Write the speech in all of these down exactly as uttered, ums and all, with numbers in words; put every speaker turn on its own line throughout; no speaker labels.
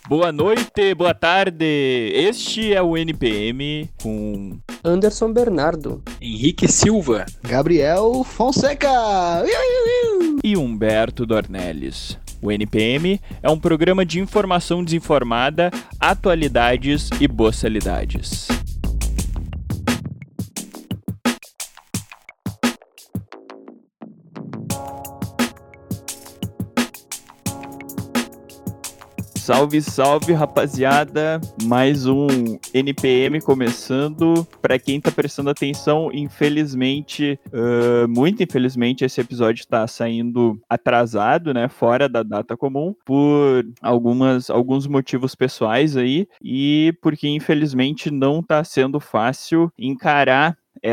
Boa noite, boa tarde. Este é o N P M com
Anderson Bernardo,
Henrique Silva,
Gabriel Fonseca
e Humberto Dornelles. O N P M é um programa de informação desinformada, atualidades e boçalidades. Salve, salve, rapaziada, mais um N P M começando. Para quem tá prestando atenção, infelizmente, uh, muito infelizmente, esse episódio tá saindo atrasado, né, fora da data comum, por algumas, alguns motivos pessoais aí, e porque infelizmente não tá sendo fácil encarar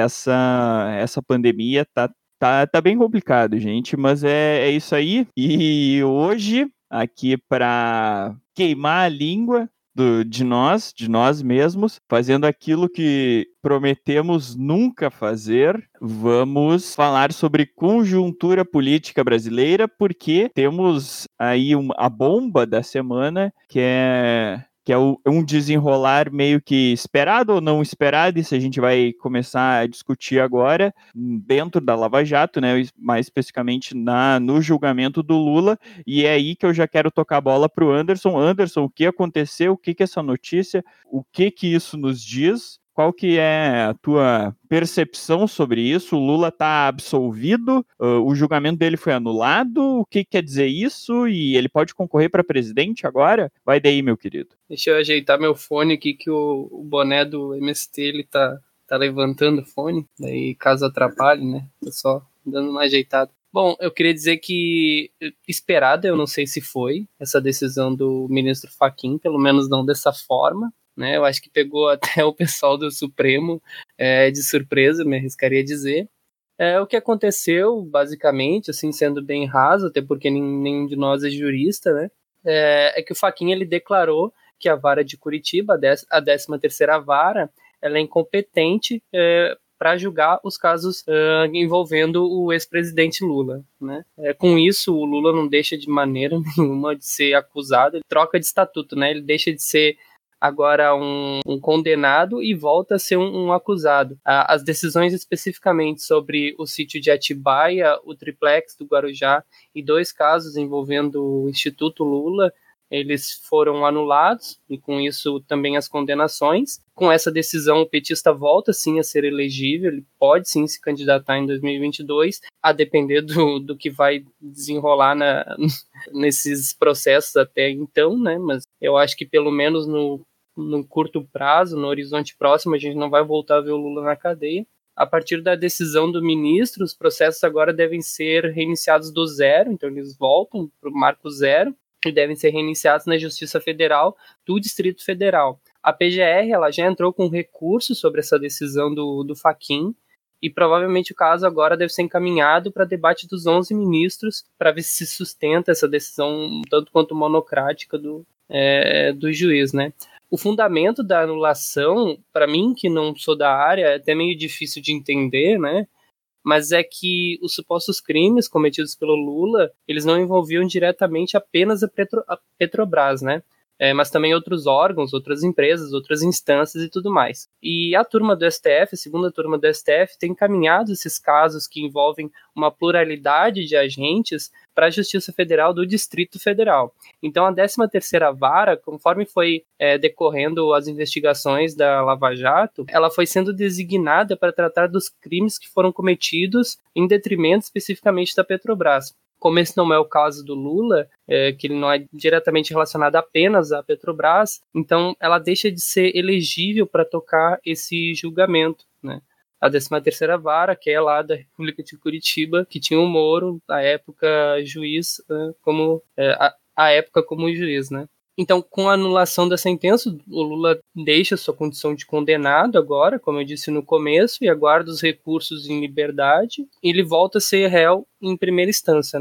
essa, essa pandemia, tá, tá, tá bem complicado, gente, mas é, é isso aí, e hoje aqui para queimar a língua do, de nós, de nós mesmos, fazendo aquilo que prometemos nunca fazer. Vamos falar sobre conjuntura política brasileira, porque temos aí um, a bomba da semana, que é... que é um desenrolar meio que esperado ou não esperado, isso a gente vai começar a discutir agora, dentro da Lava Jato, né, mais especificamente na, no julgamento do Lula, e é aí que eu já quero tocar a bola para o Anderson. Anderson, o que aconteceu, o que que é essa notícia, o que que isso nos diz? Qual que é a tua percepção sobre isso? O Lula está absolvido? Uh, o julgamento dele foi anulado? O que quer dizer isso? E ele pode concorrer para presidente agora? Vai daí, meu querido.
Deixa eu ajeitar meu fone aqui, que o, o boné do M S T, ele tá, tá levantando o fone. Daí, caso atrapalhe, né? Tô só dando uma ajeitada. Bom, eu queria dizer que, esperada, eu não sei se foi, essa decisão do ministro Fachin, pelo menos não dessa forma. Né, eu acho que pegou até o pessoal do Supremo é, de surpresa, me arriscaria dizer. É, o que aconteceu, basicamente, assim, sendo bem raso, até porque nenhum de nós é jurista, né, é, é que o Fachin ele declarou que a vara de Curitiba, a décima terceira vara, ela é incompetente é, para julgar os casos uh, envolvendo o ex-presidente Lula. Né? É, com isso, o Lula não deixa de maneira nenhuma de ser acusado, ele troca de estatuto, né? Ele deixa de ser agora um, um condenado e volta a ser um, um acusado. As decisões especificamente sobre o sítio de Atibaia, o triplex do Guarujá e dois casos envolvendo o Instituto Lula, eles foram anulados e com isso também as condenações. Com essa decisão o petista volta sim a ser elegível, ele pode sim se candidatar em dois mil e vinte e dois, a depender do, do que vai desenrolar na, nesses processos até então, né? Mas eu acho que pelo menos no, no curto prazo, no horizonte próximo, a gente não vai voltar a ver o Lula na cadeia. A partir da decisão do ministro, os processos agora devem ser reiniciados do zero, então eles voltam para o marco zero, e devem ser reiniciados na Justiça Federal do Distrito Federal. A P G R ela já entrou com recurso sobre essa decisão do, do Fachin, e provavelmente o caso agora deve ser encaminhado para debate dos onze ministros, para ver se sustenta essa decisão tanto quanto monocrática do, é, do juiz, né? O fundamento da anulação, para mim, que não sou da área, é até meio difícil de entender, né? Mas é que os supostos crimes cometidos pelo Lula, eles não envolviam diretamente apenas a, Petro, a Petrobras, né? É, mas também outros órgãos, outras empresas, outras instâncias e tudo mais. E a turma do S T F, a segunda turma do S T F, tem encaminhado esses casos que envolvem uma pluralidade de agentes para a Justiça Federal do Distrito Federal. Então, a décima terceira vara, conforme foi é, decorrendo as investigações da Lava Jato, ela foi sendo designada para tratar dos crimes que foram cometidos em detrimento especificamente da Petrobras. Como esse não é o caso do Lula, é, que ele não é diretamente relacionado apenas à Petrobras, então ela deixa de ser elegível para tocar esse julgamento, né? A décima terceira vara, que é lá da República de Curitiba, que tinha o Moro, à época juiz, né, como, é, a, a época como juiz, né? Então, com a anulação da sentença, o Lula deixa sua condição de condenado agora, como eu disse no começo, e aguarda os recursos em liberdade, e ele volta a ser réu em primeira instância, né?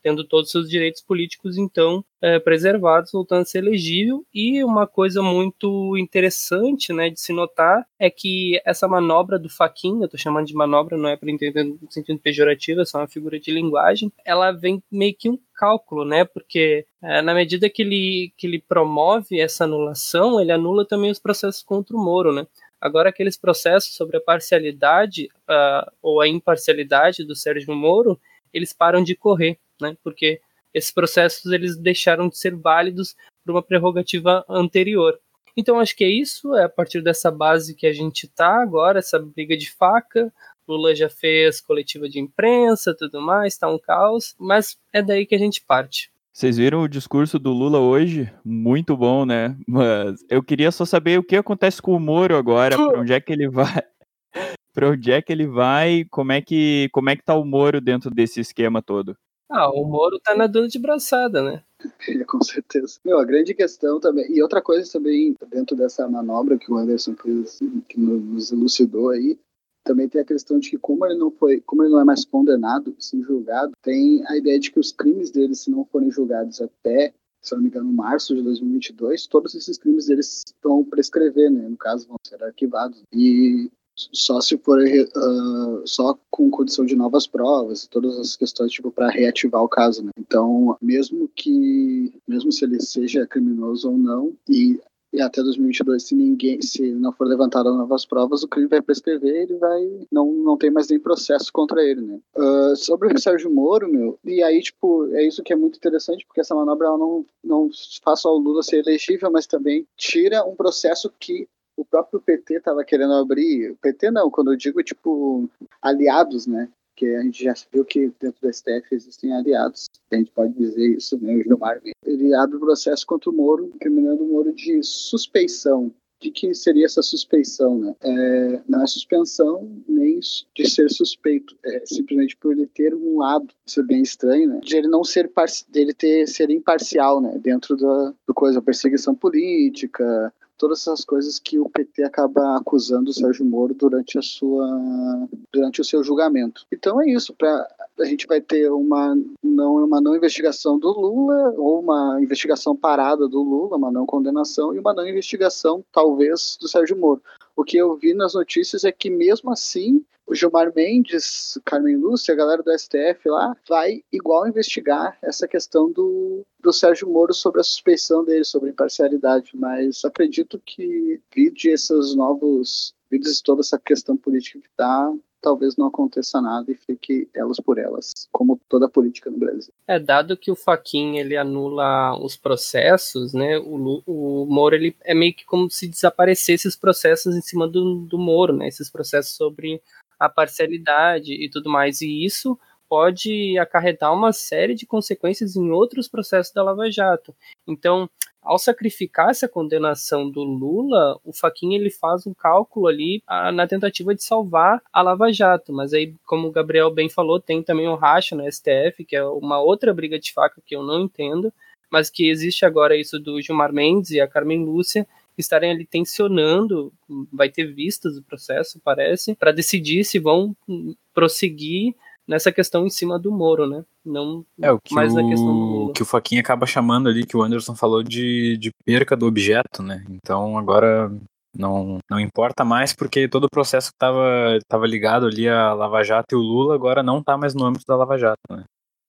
tendo todos os seus direitos políticos, então, é, preservados, voltando a ser elegível. E uma coisa muito interessante, né, de se notar é que essa manobra do Fachin, eu estou chamando de manobra, não é para entender no sentido pejorativo, é só uma figura de linguagem, ela vem meio que um cálculo, né, porque é, na medida que ele, que ele promove essa anulação, ele anula também os processos contra o Moro, né. Agora, aqueles processos sobre a parcialidade uh, ou a imparcialidade do Sérgio Moro, eles param de correr, né? Porque esses processos eles deixaram de ser válidos por uma prerrogativa anterior. Então, acho que é isso, é a partir dessa base que a gente está agora, essa briga de faca. Lula já fez coletiva de imprensa, tudo mais, está um caos, mas é daí que a gente parte.
Vocês viram o discurso do Lula hoje? Muito bom, né? Mas eu queria só saber o que acontece com o Moro agora, para onde é que ele vai? Para onde é que ele vai? Como é que, como é que tá o Moro dentro desse esquema todo?
Ah, o Moro tá nadando de braçada, né?
É, com certeza. Meu, a grande questão também, e outra coisa também, dentro dessa manobra que o Anderson fez, que nos elucidou aí, também tem a questão de que como ele não foi, como ele não é mais condenado, sim julgado, tem a ideia de que os crimes dele, se não forem julgados até, se não me engano, março de dois mil e vinte e dois, todos esses crimes deles vão prescrever, né? No caso, vão ser arquivados. E só se for uh, só com condição de novas provas, todas as questões tipo para reativar o caso, né? Então, mesmo que mesmo se ele seja criminoso ou não, e, e até dois mil e vinte e dois, se ninguém, se não for levantada novas provas, o crime vai prescrever, ele vai não não tem mais nem processo contra ele, né? Uh, sobre o Sérgio Moro, meu, e aí tipo é isso que é muito interessante, porque essa manobra ela não não faz só o Lula ser elegível, mas também tira um processo que o próprio P T estava querendo abrir. P T não, quando eu digo, tipo, aliados, né? Porque a gente já viu que dentro do S T F existem aliados. A gente pode dizer isso, né? O Gilmar, ele abre o processo contra o Moro, incriminando o Moro de suspeição. De que seria essa suspeição, né? É, não é suspensão nem de ser suspeito. É simplesmente por ele ter um lado, isso é bem estranho, né? De ele não ser, dele ter, ser imparcial, né? Dentro da do coisa, perseguição política, todas essas coisas que o P T acaba acusando o Sérgio Moro durante a sua durante o seu julgamento. Então é isso, pra, a gente vai ter uma não, uma não investigação do Lula, ou uma investigação parada do Lula, uma não condenação, e uma não investigação, talvez, do Sérgio Moro. O que eu vi nas notícias é que, mesmo assim, o Gilmar Mendes, Carmen Lúcia, a galera do S T F lá, vai igual investigar essa questão do, do Sérgio Moro sobre a suspeição dele, sobre a imparcialidade. Mas acredito que, vide esses novos vídeos de toda essa questão política que está, talvez não aconteça nada e fique elas por elas, como toda a política no Brasil.
É, dado que o Fachin ele anula os processos, né, o, o Moro ele é meio que como se desaparecesse os processos em cima do, do Moro, né, esses processos sobre a parcialidade e tudo mais, e isso pode acarretar uma série de consequências em outros processos da Lava Jato. Então, ao sacrificar essa condenação do Lula, o Fachin ele faz um cálculo ali a, na tentativa de salvar a Lava Jato, mas aí, como o Gabriel bem falou, tem também o racha no S T F, que é uma outra briga de faca que eu não entendo, mas que existe agora isso do Gilmar Mendes e a Carmen Lúcia estarem ali tensionando, vai ter vistas do processo, parece, para decidir se vão prosseguir nessa questão em cima do Moro, né? Não
é, o que
mais
o,
na questão do Lula.
Que o Fachin acaba chamando ali, que o Anderson falou de, de perca do objeto, né? Então agora não, não importa mais, porque todo o processo que estava tava ligado ali a Lava Jato e o Lula agora não está mais no âmbito da Lava Jato, né?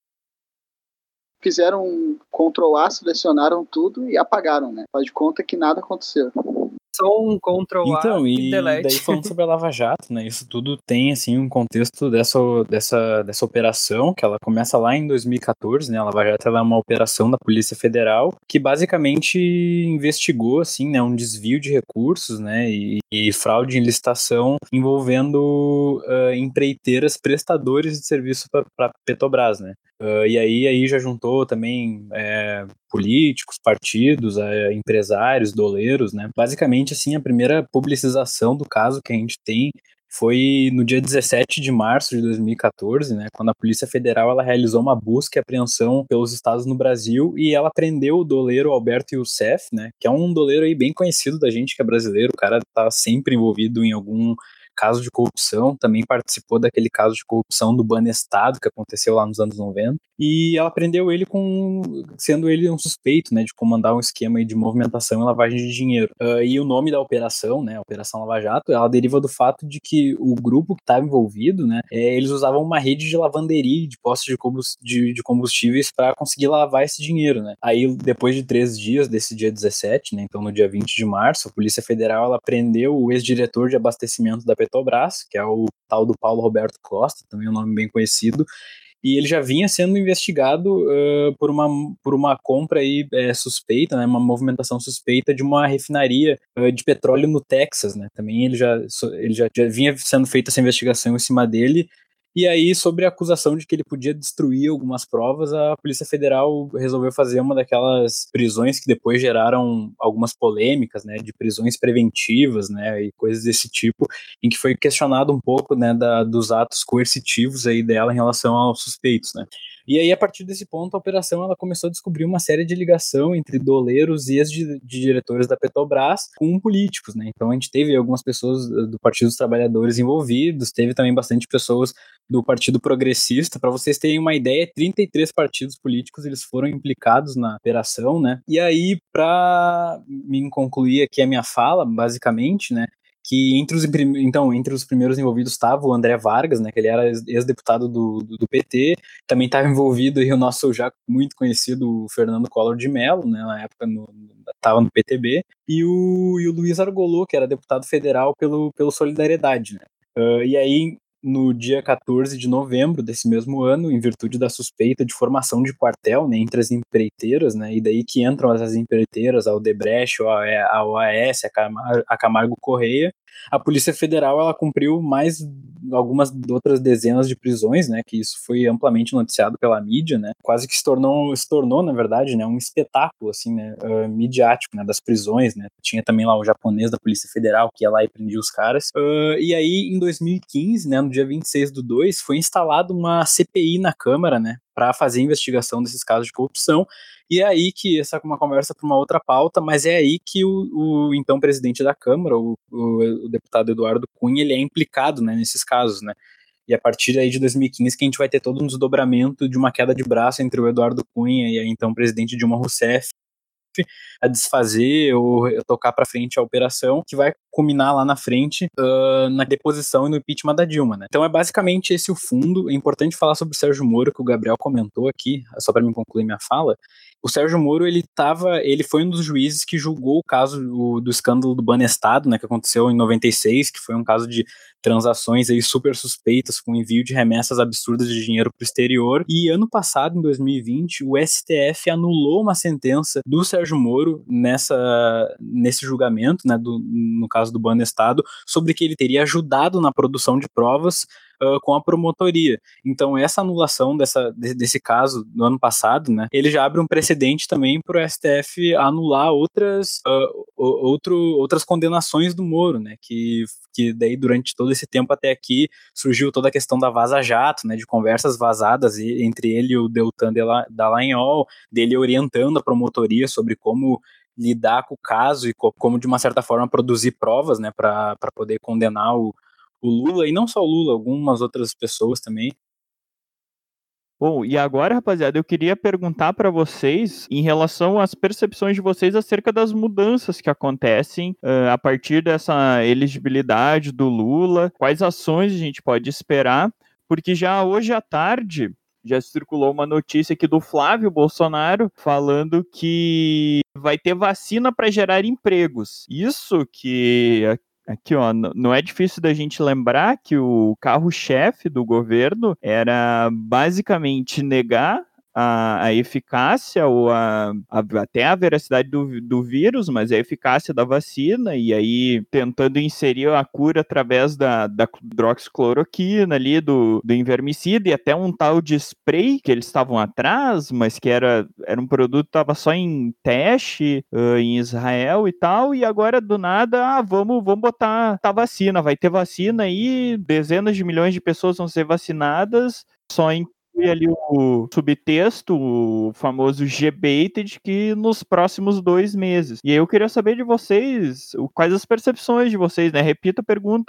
Fizeram um control A, selecionaram tudo e apagaram, né? Faz de conta que nada aconteceu.
Só um control A
então,
e,
e
delete.
daí falando sobre a Lava Jato, né, isso tudo tem, assim, um contexto dessa, dessa, dessa operação, que ela começa lá em dois mil e catorze, né, a Lava Jato ela é uma operação da Polícia Federal, que basicamente investigou, assim, né, um desvio de recursos, né, e, e fraude em licitação envolvendo uh, empreiteiras prestadores de serviço para Petrobras, né. Uh, e aí, aí já juntou também é, políticos, partidos, é, empresários, doleiros, né? Basicamente, assim, a primeira publicização do caso que a gente tem foi no dia dezessete de março de dois mil e catorze, né? Quando a Polícia Federal ela realizou uma busca e apreensão pelos estados no Brasil e ela prendeu o doleiro Alberto Youssef, né? Que é um doleiro aí bem conhecido da gente que é brasileiro, o cara tá sempre envolvido em algum caso de corrupção, também participou daquele caso de corrupção do Banestado, que aconteceu lá nos anos noventa, e ela prendeu ele com, sendo ele um suspeito, né, de comandar um esquema aí de movimentação e lavagem de dinheiro. Uh, e o nome da operação, né, Operação Lava Jato, ela deriva do fato de que o grupo que estava envolvido, né, é, eles usavam uma rede de lavanderia, de postos de, combust- de, de combustíveis para conseguir lavar esse dinheiro, né. Aí, depois de três dias desse dia dezessete, né, então no dia vinte de março, a Polícia Federal, ela prendeu o ex-diretor de abastecimento da Petrobras, que é o tal do Paulo Roberto Costa, também um nome bem conhecido, e ele já vinha sendo investigado uh, por, uma, por uma compra aí, é, suspeita, né, uma movimentação suspeita de uma refinaria uh, de petróleo no Texas, né, também ele já, ele já, já vinha sendo feita essa investigação em cima dele. E aí, sobre a acusação de que ele podia destruir algumas provas, a Polícia Federal resolveu fazer uma daquelas prisões que depois geraram algumas polêmicas, né, de prisões preventivas, né, e coisas desse tipo, em que foi questionado um pouco, né, da, dos atos coercitivos aí dela em relação aos suspeitos, né. E aí, a partir desse ponto, a operação ela começou a descobrir uma série de ligação entre doleiros e ex-diretores da Petrobras com políticos, né. Então, a gente teve algumas pessoas do Partido dos Trabalhadores envolvidos, teve também bastante pessoas do Partido Progressista. Para vocês terem uma ideia, trinta e três partidos políticos eles foram implicados na operação, né? E aí, para me concluir aqui a minha fala, basicamente, né, que entre os, então, entre os primeiros envolvidos estava o André Vargas, né, que ele era ex-deputado do, do, do P T, também estava envolvido aí o nosso já muito conhecido Fernando Collor de Mello, né, na época estava no, no P T B, e o, e o Luiz Argolô, que era deputado federal pelo, pelo Solidariedade, né. Uh, e aí, no dia quatorze de novembro desse mesmo ano, em virtude da suspeita de formação de quartel, né, entre as empreiteiras, né, e daí que entram as empreiteiras, a Odebrecht, a O A S, a, Camar- a Camargo Correia, a Polícia Federal ela cumpriu mais algumas outras dezenas de prisões, né, que isso foi amplamente noticiado pela mídia, né, quase que se tornou, se tornou na verdade, né, um espetáculo, assim, né, uh, midiático, né, das prisões, né, tinha também lá o japonês da Polícia Federal que ia lá e prendia os caras, uh, e aí em dois mil e quinze, né, no dia vinte e seis do dois, foi instalada uma C P I na Câmara, né, para fazer investigação desses casos de corrupção, e é aí que, essa é uma conversa para uma outra pauta, mas é aí que o, o então presidente da Câmara, o, o, o deputado Eduardo Cunha, ele é implicado, né, nesses casos, né, e a partir aí de dois mil e quinze que a gente vai ter todo um desdobramento de uma queda de braço entre o Eduardo Cunha e a então presidente Dilma Rousseff, a desfazer ou tocar para frente a operação, que vai culminar lá na frente uh, na deposição e no impeachment da Dilma, né? Então é basicamente esse o fundo. É importante falar sobre o Sérgio Moro, que o Gabriel comentou aqui, só para me concluir minha fala. O Sérgio Moro, ele tava, ele foi um dos juízes que julgou o caso o, do escândalo do Banestado, né, que aconteceu em noventa e seis, que foi um caso de transações aí super suspeitas com envio de remessas absurdas de dinheiro para o exterior. E ano passado, em dois mil e vinte, o S T F anulou uma sentença do Sérgio Moro nessa, nesse julgamento, né, do, no caso do Banestado, sobre que ele teria ajudado na produção de provas Uh, com a promotoria. Então essa anulação dessa, de, desse caso do ano passado, né, ele já abre um precedente também para o S T F anular outras, uh, outro, outras condenações do Moro, né, que, que daí durante todo esse tempo até aqui surgiu toda a questão da Vaza Jato, né, de conversas vazadas entre ele e o Deltan Dallagnol, dele orientando a promotoria sobre como lidar com o caso e como de uma certa forma produzir provas, né, para poder condenar o o Lula, e não só o Lula, algumas outras pessoas também.
Bom, e agora, rapaziada, eu queria perguntar para vocês em relação às percepções de vocês acerca das mudanças que acontecem uh, a partir dessa elegibilidade do Lula, quais ações a gente pode esperar, porque já hoje à tarde já circulou uma notícia aqui do Flávio Bolsonaro falando que vai ter vacina para gerar empregos. Isso que... Aqui, ó, não é difícil da gente lembrar que o carro-chefe do governo era basicamente negar a, a eficácia ou a, a, até a veracidade do, do vírus, mas a eficácia da vacina, e aí tentando inserir a cura através da, da hidroxicloroquina ali, do, do invermicida, e até um tal de spray que eles estavam atrás, mas que era, era um produto que estava só em teste uh, em Israel e tal, e agora do nada, ah, vamos, vamos botar tá vacina, vai ter vacina aí, dezenas de milhões de pessoas vão ser vacinadas, só em e ali o subtexto, o famoso G-baited, que nos próximos dois meses. E aí eu queria saber de vocês, quais as percepções de vocês, né? Repita a pergunta.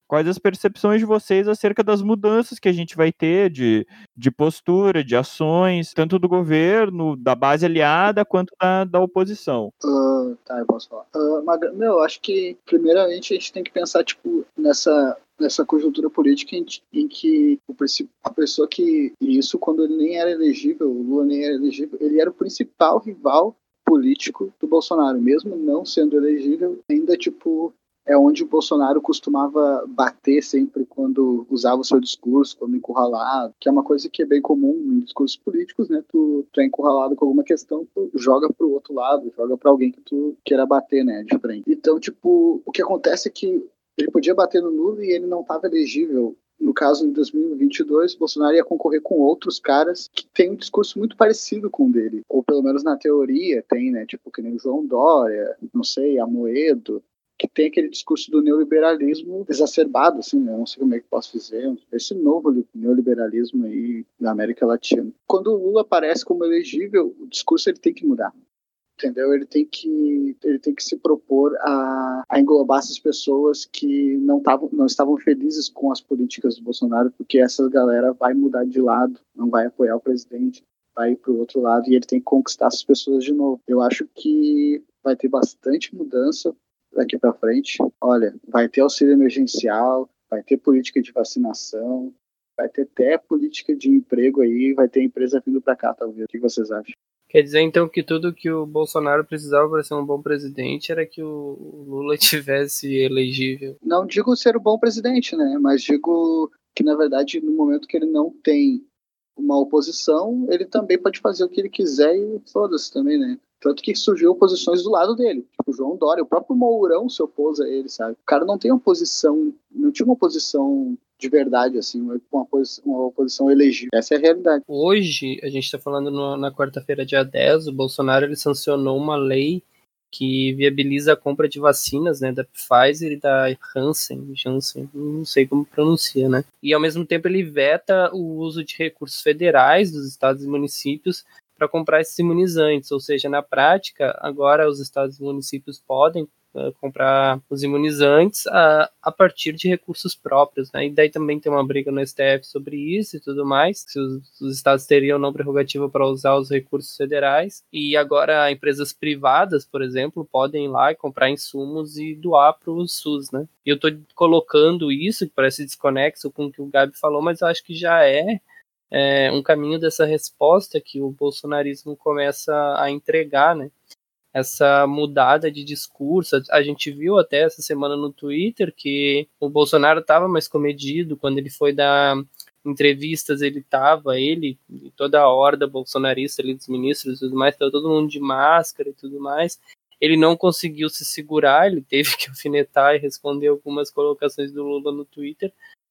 quais as percepções de vocês acerca das mudanças que a gente vai ter de, de postura, de ações, tanto do governo, da base aliada, quanto da, da oposição.
Uh, tá, eu posso falar. Uh, Maga, meu, acho que primeiramente a gente tem que pensar tipo, nessa, nessa conjuntura política em, em que o, a pessoa que, e isso quando ele nem era elegível, o Lula nem era elegível, ele era o principal rival político do Bolsonaro, mesmo não sendo elegível, ainda tipo é onde o Bolsonaro costumava bater sempre quando usava o seu discurso, quando encurralado, que é uma coisa que é bem comum em discursos políticos, né? Tu, tu é encurralado com alguma questão, tu joga pro outro lado, joga pra alguém que tu queira bater, né? De frente. Então, tipo, o que acontece é que ele podia bater no Lula e ele não estava elegível. No caso, em dois mil e vinte e dois, Bolsonaro ia concorrer com outros caras que têm um discurso muito parecido com o dele. Ou pelo menos na teoria tem, né? Tipo, que nem o João Dória, não sei, Amoedo, que tem aquele discurso do neoliberalismo exacerbado, assim, né? Não sei como é que posso dizer, esse novo neoliberalismo aí da América Latina. Quando o Lula aparece como elegível, o discurso ele tem que mudar. Entendeu? Ele tem que, ele tem que se propor a, a englobar essas pessoas que não, tavam, não estavam felizes com as políticas do Bolsonaro, porque essa galera vai mudar de lado, não vai apoiar o presidente, vai ir para o outro lado e ele tem que conquistar essas pessoas de novo. Eu acho que vai ter bastante mudança daqui para frente. Olha, vai ter auxílio emergencial, vai ter política de vacinação, vai ter até política de emprego aí, vai ter empresa vindo para cá, talvez. O que vocês acham?
Quer dizer, então, que tudo que o Bolsonaro precisava para ser um bom presidente era que o Lula tivesse elegível?
Não digo ser um bom presidente, né? Mas digo que, na verdade, no momento que ele não tem uma oposição, ele também pode fazer o que ele quiser e foda-se também, né? Tanto que surgiu oposições do lado dele. Tipo, o João Dória, o próprio Mourão se opôs a ele, sabe? O cara não tem oposição, não tinha uma oposição de verdade, assim, uma, oposição, uma oposição elegível. Essa é a realidade.
Hoje, a gente está falando no, na quarta-feira, dia dez, o Bolsonaro ele sancionou uma lei que viabiliza a compra de vacinas, né, da Pfizer e da Janssen, Janssen, não sei como pronuncia, né? E ao mesmo tempo ele veta o uso de recursos federais dos estados e municípios para comprar esses imunizantes, ou seja, na prática, agora os estados e municípios podem uh, comprar os imunizantes uh, a partir de recursos próprios, né? E daí também tem uma briga no S T F sobre isso e tudo mais, se os, os estados teriam ou não prerrogativa para usar os recursos federais, e agora empresas privadas, por exemplo, podem ir lá e comprar insumos e doar para o SUS, né? E eu estou colocando isso, que parece desconexo com o que o Gabi falou, mas eu acho que já é É, um caminho dessa resposta que o bolsonarismo começa a entregar, né? Essa mudada de discurso. A gente viu até essa semana no Twitter que o Bolsonaro estava mais comedido quando ele foi dar entrevistas, ele estava, ele e toda a horda bolsonarista ali dos ministros e tudo mais, estava todo mundo de máscara e tudo mais. Ele não conseguiu se segurar, ele teve que alfinetar e responder algumas colocações do Lula no Twitter.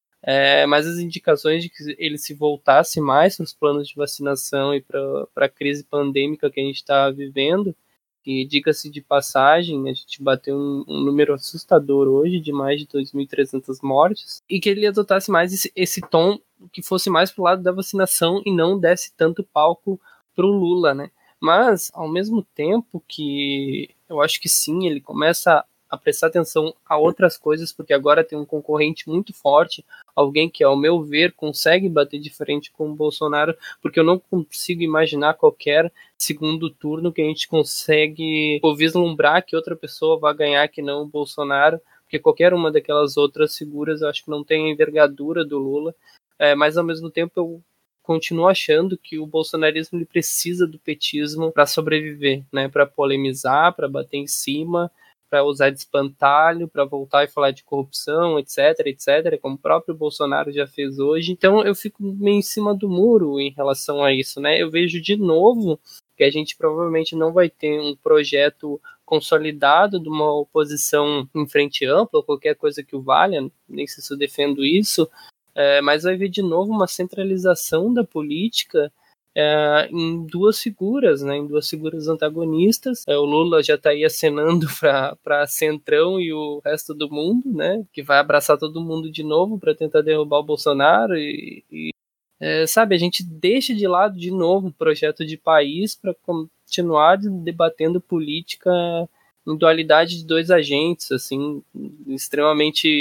É, mas as indicações de que ele se voltasse mais para os planos de vacinação e para a crise pandêmica que a gente está vivendo, e diga-se de passagem, a gente bateu um, um número assustador hoje de mais de dois mil e trezentas mortes, e que ele adotasse mais esse, esse tom que fosse mais para o lado da vacinação e não desse tanto palco para o Lula, né? Mas, ao mesmo tempo que eu acho que sim, ele começa a prestar atenção a outras coisas, porque agora tem um concorrente muito forte, alguém que, ao meu ver, consegue bater de frente com o Bolsonaro, porque eu não consigo imaginar qualquer segundo turno que a gente consegue vislumbrar que outra pessoa vai ganhar que não o Bolsonaro, porque qualquer uma daquelas outras figuras eu acho que não tem a envergadura do Lula, é, mas ao mesmo tempo eu continuo achando que o bolsonarismo ele precisa do petismo para sobreviver, né, para polemizar, para bater em cima, para usar de espantalho, para voltar e falar de corrupção, etc, etc, como o próprio Bolsonaro já fez hoje. Então eu fico meio em cima do muro em relação a isso, né? Eu vejo de novo que a gente provavelmente não vai ter um projeto consolidado de uma oposição em frente ampla, ou qualquer coisa que o valha, nem sei se eu defendo isso, é, mas vai ver de novo uma centralização da política É, em duas figuras, né, em duas figuras antagonistas. É, o Lula já está aí acenando para Centrão e o resto do mundo, né, que vai abraçar todo mundo de novo para tentar derrubar o Bolsonaro e, e é, sabe, a gente deixa de lado de novo o projeto de país para continuar debatendo política em dualidade de dois agentes, assim, extremamente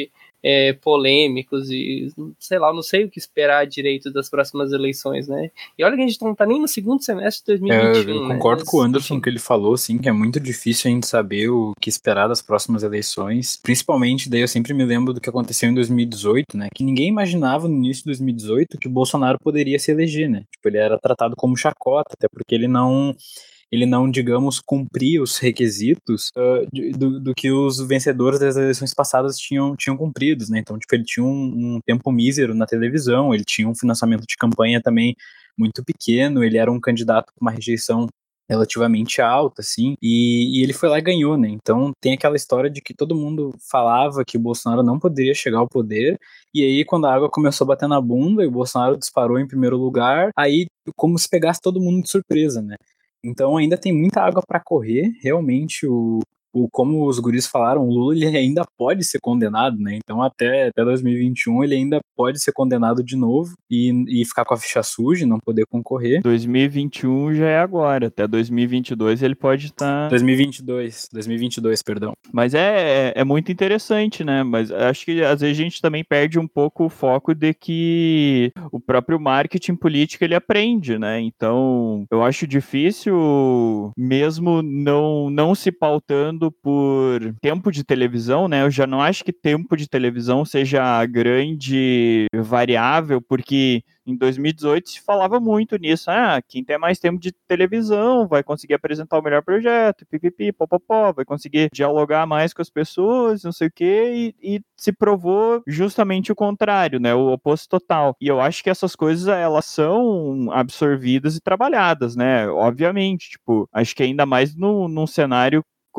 é, polêmicos e, sei lá, eu não sei o que esperar direito das próximas eleições, né? E olha que a gente não tá nem no segundo semestre de dois mil e vinte e um,
É, eu
né?
concordo
Mas,
com o Anderson
enfim.
que ele falou, assim, que é muito difícil a gente saber o que esperar das próximas eleições. Principalmente, daí eu sempre me lembro do que aconteceu em dois mil e dezoito, né? Que ninguém imaginava no início de dois mil e dezoito que o Bolsonaro poderia se eleger, né? Tipo, ele era tratado como chacota, até porque ele não ele não, digamos, cumpria os requisitos uh, de, do, do que os vencedores das eleições passadas tinham, tinham cumpridos, né? Então, tipo, ele tinha um, um tempo mísero na televisão, ele tinha um financiamento de campanha também muito pequeno, ele era um candidato com uma rejeição relativamente alta, assim, e, e ele foi lá e ganhou, né? Então tem aquela história de que todo mundo falava que o Bolsonaro não poderia chegar ao poder, e aí quando a água começou a bater na bunda e o Bolsonaro disparou em primeiro lugar, aí como se pegasse todo mundo de surpresa, né? Então ainda tem muita água para correr, realmente o, o como os guris falaram, o Lula ele ainda pode ser condenado, né? Então até, até dois mil e vinte e um ele ainda pode ser condenado de novo e, e ficar com a ficha suja e não poder concorrer.
dois mil e vinte e um já é agora, até dois mil e vinte e dois ele pode estar...
dois mil e vinte e dois, dois mil e vinte e dois, perdão.
Mas é, é, é muito interessante, né? Mas acho que às vezes a gente também perde um pouco o foco de que o próprio marketing político ele aprende, né? Então eu acho difícil, mesmo não, não se pautando por tempo de televisão, né? Eu já não acho que tempo de televisão seja a grande variável, porque em dois mil e dezoito se falava muito nisso. Ah, quem tem mais tempo de televisão vai conseguir apresentar o melhor projeto, pipipi, popopó, vai conseguir dialogar mais com as pessoas, não sei o quê, e, e se provou justamente o contrário, né? O oposto total. E eu acho que essas coisas, elas são absorvidas e trabalhadas, né? Obviamente, tipo, acho que ainda mais no, num cenário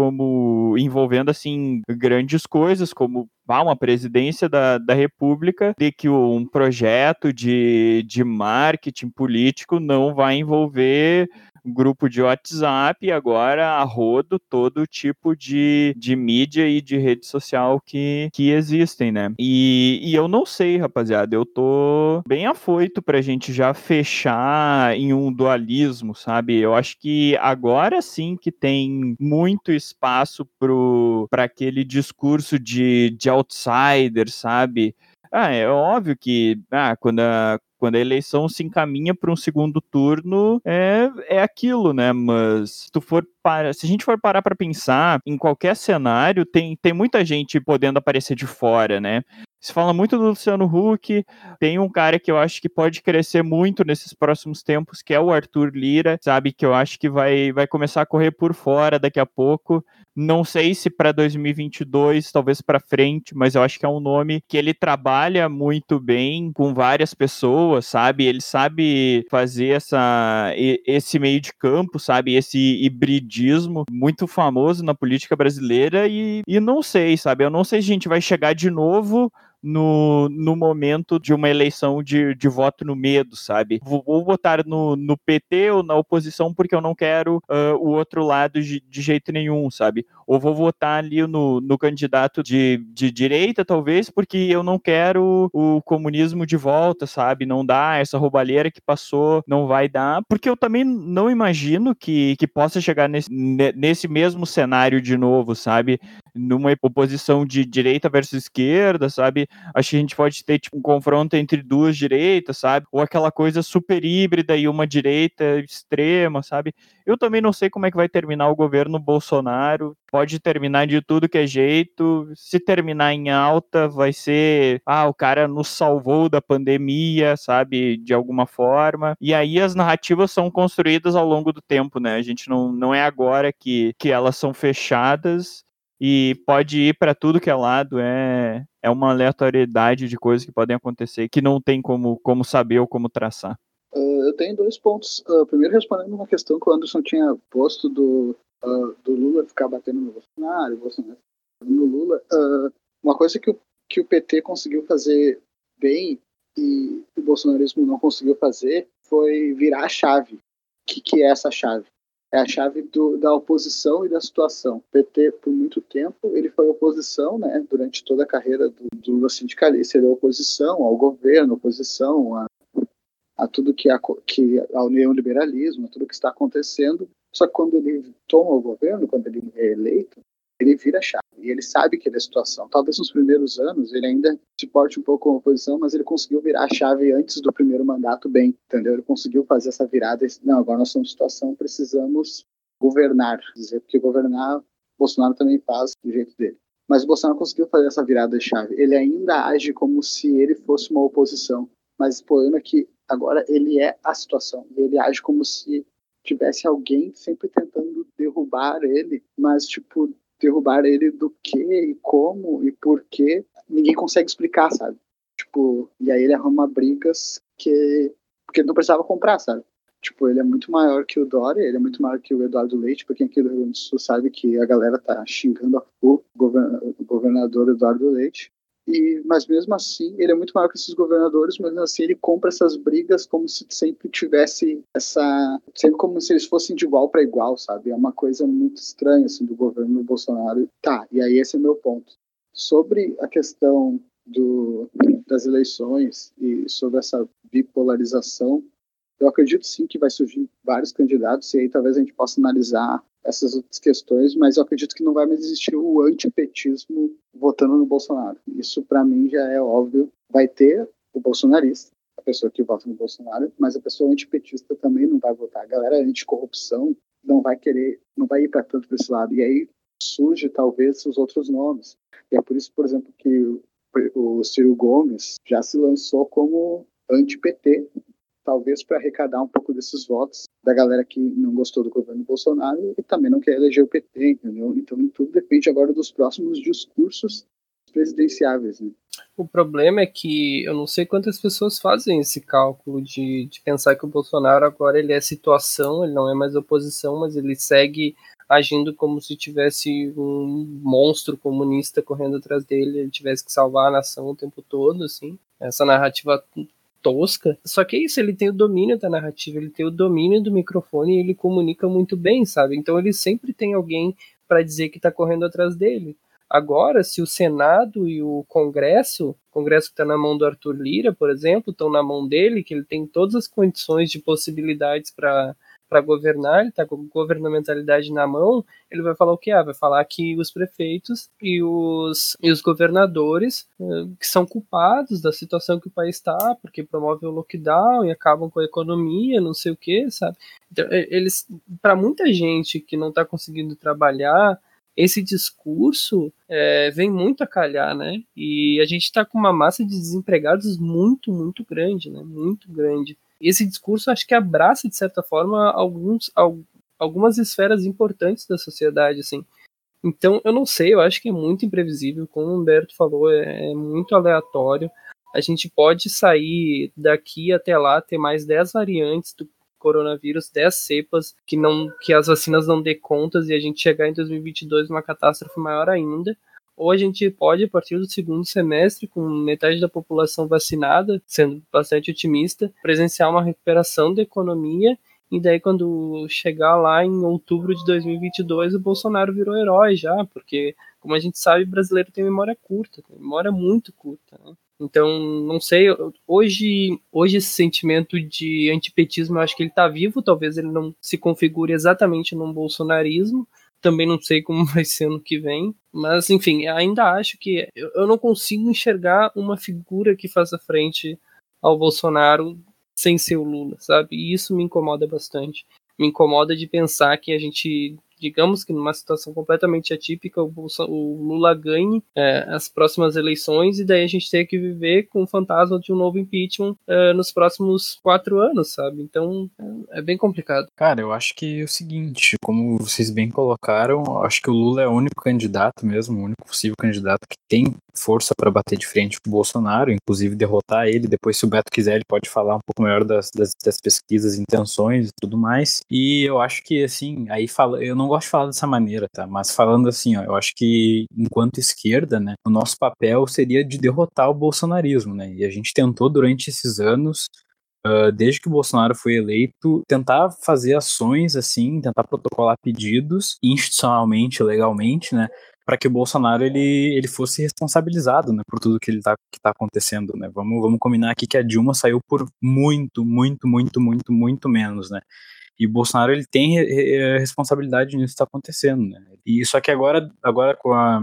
como envolvendo, assim, grandes coisas, como ah, uma presidência da, da República, de que um projeto de, de marketing político não vai envolver grupo de WhatsApp e agora a rodo todo tipo de, de mídia e de rede social que, que existem, né? E, e eu não sei, rapaziada, eu tô bem afoito pra gente já fechar em um dualismo, sabe? Eu acho que agora sim que tem muito espaço pro, pra aquele discurso de, de outsider, sabe? Ah, é óbvio que ah, quando a quando a eleição se encaminha para um segundo turno, é, é aquilo, né? Mas se tu for para, se a gente for parar para pensar, em qualquer cenário, tem, tem muita gente podendo aparecer de fora, né? Se fala muito do Luciano Huck, tem um cara que eu acho que pode crescer muito nesses próximos tempos, que é o Arthur Lira, sabe? Que eu acho que vai, vai começar a correr por fora daqui a pouco. Não sei se para dois mil e vinte e dois, talvez para frente, mas eu acho que é um nome que ele trabalha muito bem com várias pessoas, sabe? Ele sabe fazer essa, esse meio de campo, sabe? Esse hibridismo muito famoso na política brasileira e, e não sei, sabe? Eu não sei se a gente vai chegar de novo No, no momento de uma eleição de, de voto no medo, sabe? Vou, vou votar no, no P T ou na oposição porque eu não quero uh, o outro lado de, de jeito nenhum, sabe? Ou vou votar ali no, no candidato de, de direita, talvez, porque eu não quero o comunismo de volta, sabe? Não dá, essa roubalheira que passou não vai dar, porque eu também não imagino que, que possa chegar nesse, nesse mesmo cenário de novo, sabe? Numa oposição de direita versus esquerda, sabe? Acho que a gente pode ter tipo, um confronto entre duas direitas, sabe? Ou aquela coisa super híbrida e uma direita extrema, sabe? Eu também não sei como é que vai terminar o governo Bolsonaro. Pode terminar de tudo que é jeito. Se terminar em alta, vai ser... Ah, o cara nos salvou da pandemia, sabe? De alguma forma. E aí as narrativas são construídas ao longo do tempo, né? A gente não, não é agora que, que elas são fechadas e pode ir para tudo que é lado, é, é uma aleatoriedade de coisas que podem acontecer que não tem como, como saber ou como traçar.
Uh, eu tenho dois pontos. Uh, primeiro, respondendo uma questão que o Anderson tinha posto do, uh, do Lula ficar batendo no Bolsonaro, Bolsonaro no Lula. Uh, uma coisa que o, que o P T conseguiu fazer bem e o bolsonarismo não conseguiu fazer foi virar a chave. O que, que é essa chave? É a chave do, da oposição e da situação. O P T, por muito tempo, ele foi oposição, né? Durante toda a carreira do, do Lula sindicalista, ele é oposição ao governo, oposição a, a tudo que, a, que ao neoliberalismo, a tudo que está acontecendo. Só que quando ele toma o governo, quando ele é eleito, ele vira chave. E ele sabe que ele é a situação. Talvez nos primeiros anos ele ainda se porte um pouco como oposição, mas ele conseguiu virar a chave antes do primeiro mandato bem, entendeu? Ele conseguiu fazer essa virada. Não, agora nós somos situação, precisamos governar. Dizer, porque governar, Bolsonaro também faz do jeito dele. Mas o Bolsonaro conseguiu fazer essa virada de chave. Ele ainda age como se ele fosse uma oposição. Mas o problema é que agora ele é a situação. E ele age como se tivesse alguém sempre tentando derrubar ele, mas, tipo, derrubar ele do que e como e por quê, ninguém consegue explicar, sabe? Tipo, e aí ele arruma brigas que porque ele não precisava comprar, sabe? Tipo, ele é muito maior que o Dória, ele é muito maior que o Eduardo Leite, porque aqui do Rio Grande do Sul sabe que a galera tá xingando o governador Eduardo Leite. E, mas mesmo assim, ele é muito maior que esses governadores, mas mesmo assim ele compra essas brigas como se sempre tivesse essa... Sempre como se eles fossem de igual para igual, sabe? É uma coisa muito estranha, assim, do governo Bolsonaro. Tá, e aí esse é o meu ponto. Sobre a questão do, das eleições e sobre essa bipolarização, eu acredito sim que vai surgir vários candidatos e aí talvez a gente possa analisar essas outras questões, mas eu acredito que não vai mais existir o antipetismo votando no Bolsonaro. Isso, para mim, já é óbvio. Vai ter o bolsonarista, a pessoa que vota no Bolsonaro, mas a pessoa antipetista também não vai votar. A galera anticorrupção não vai querer, não vai ir para tanto para esse lado. E aí surge, talvez, os outros nomes. E é por isso, por exemplo, que o, o Ciro Gomes já se lançou como anti-P T, talvez para arrecadar um pouco desses votos da galera que não gostou do governo Bolsonaro e também não quer eleger o P T, entendeu? Então, tudo depende agora dos próximos discursos presidenciáveis, né?
O problema é que eu não sei quantas pessoas fazem esse cálculo de, de pensar que o Bolsonaro agora ele é situação, ele não é mais oposição, mas ele segue agindo como se tivesse um monstro comunista correndo atrás dele, ele tivesse que salvar a nação o tempo todo, assim. Essa narrativa tosca, só que é isso, ele tem o domínio da narrativa, ele tem o domínio do microfone e ele comunica muito bem, sabe? Então ele sempre tem alguém para dizer que tá correndo atrás dele. Agora, se o Senado e o Congresso, o Congresso que está na mão do Arthur Lira, por exemplo, estão na mão dele, que ele tem todas as condições de possibilidades para para governar, ele está com a governamentalidade na mão, ele vai falar o que? Ah, vai falar que os prefeitos e os, e os governadores eh, que são culpados da situação que o país está, porque promovem o lockdown e acabam com a economia, não sei o que, sabe? Então, eles, para muita gente que não está conseguindo trabalhar, esse discurso é, vem muito a calhar, né? E a gente está com uma massa de desempregados muito, muito grande, né? Muito grande. E esse discurso acho que abraça, de certa forma, alguns, algumas esferas importantes da sociedade, assim. Então, eu não sei, eu acho que é muito imprevisível, como o Humberto falou, é, é muito aleatório. A gente pode sair daqui até lá, ter mais dez variantes do coronavírus, dez cepas, que, não, que as vacinas não dê contas e a gente chegar em dois mil e vinte e dois numa catástrofe maior ainda. Ou a gente pode, a partir do segundo semestre, com metade da população vacinada, sendo bastante otimista, presenciar uma recuperação da economia, e daí quando chegar lá em outubro de dois mil e vinte e dois, o Bolsonaro virou herói já, porque, como a gente sabe, o brasileiro tem memória curta, tem memória muito curta, né? Então, não sei, hoje, hoje esse sentimento de antipetismo, eu acho que ele está vivo, talvez ele não se configure exatamente num bolsonarismo, também não sei como vai ser ano que vem, mas enfim, ainda acho que eu não consigo enxergar uma figura que faça frente ao Bolsonaro sem ser o Lula, sabe? E isso me incomoda bastante. Me incomoda de pensar que a gente, digamos que numa situação completamente atípica, o, Bolsa, o Lula ganhe é, as próximas eleições e daí a gente tem que viver com o fantasma de um novo impeachment é, nos próximos quatro anos, sabe? Então é, é bem complicado.
Cara, eu acho que é o seguinte, como vocês bem colocaram, eu acho que o Lula é o único candidato mesmo, o único possível candidato que tem força para bater de frente com o Bolsonaro, inclusive derrotar ele. Depois, se o Beto quiser, ele pode falar um pouco melhor das, das, das pesquisas, intenções e tudo mais. E eu acho que, assim, aí fala, eu não gosto de falar dessa maneira, tá? Mas falando assim, ó, eu acho que enquanto esquerda, né, o nosso papel seria de derrotar o bolsonarismo, né? E a gente tentou durante esses anos, uh, desde que o Bolsonaro foi eleito, tentar fazer ações, assim, tentar protocolar pedidos institucionalmente, legalmente, né? Para que o Bolsonaro ele, ele fosse responsabilizado, né, por tudo que ele tá, que tá acontecendo, né? Vamos, vamos combinar aqui que a Dilma saiu por muito, muito, muito, muito, muito menos, né? E o Bolsonaro ele tem re- responsabilidade nisso que está acontecendo, né? E só que agora, agora com a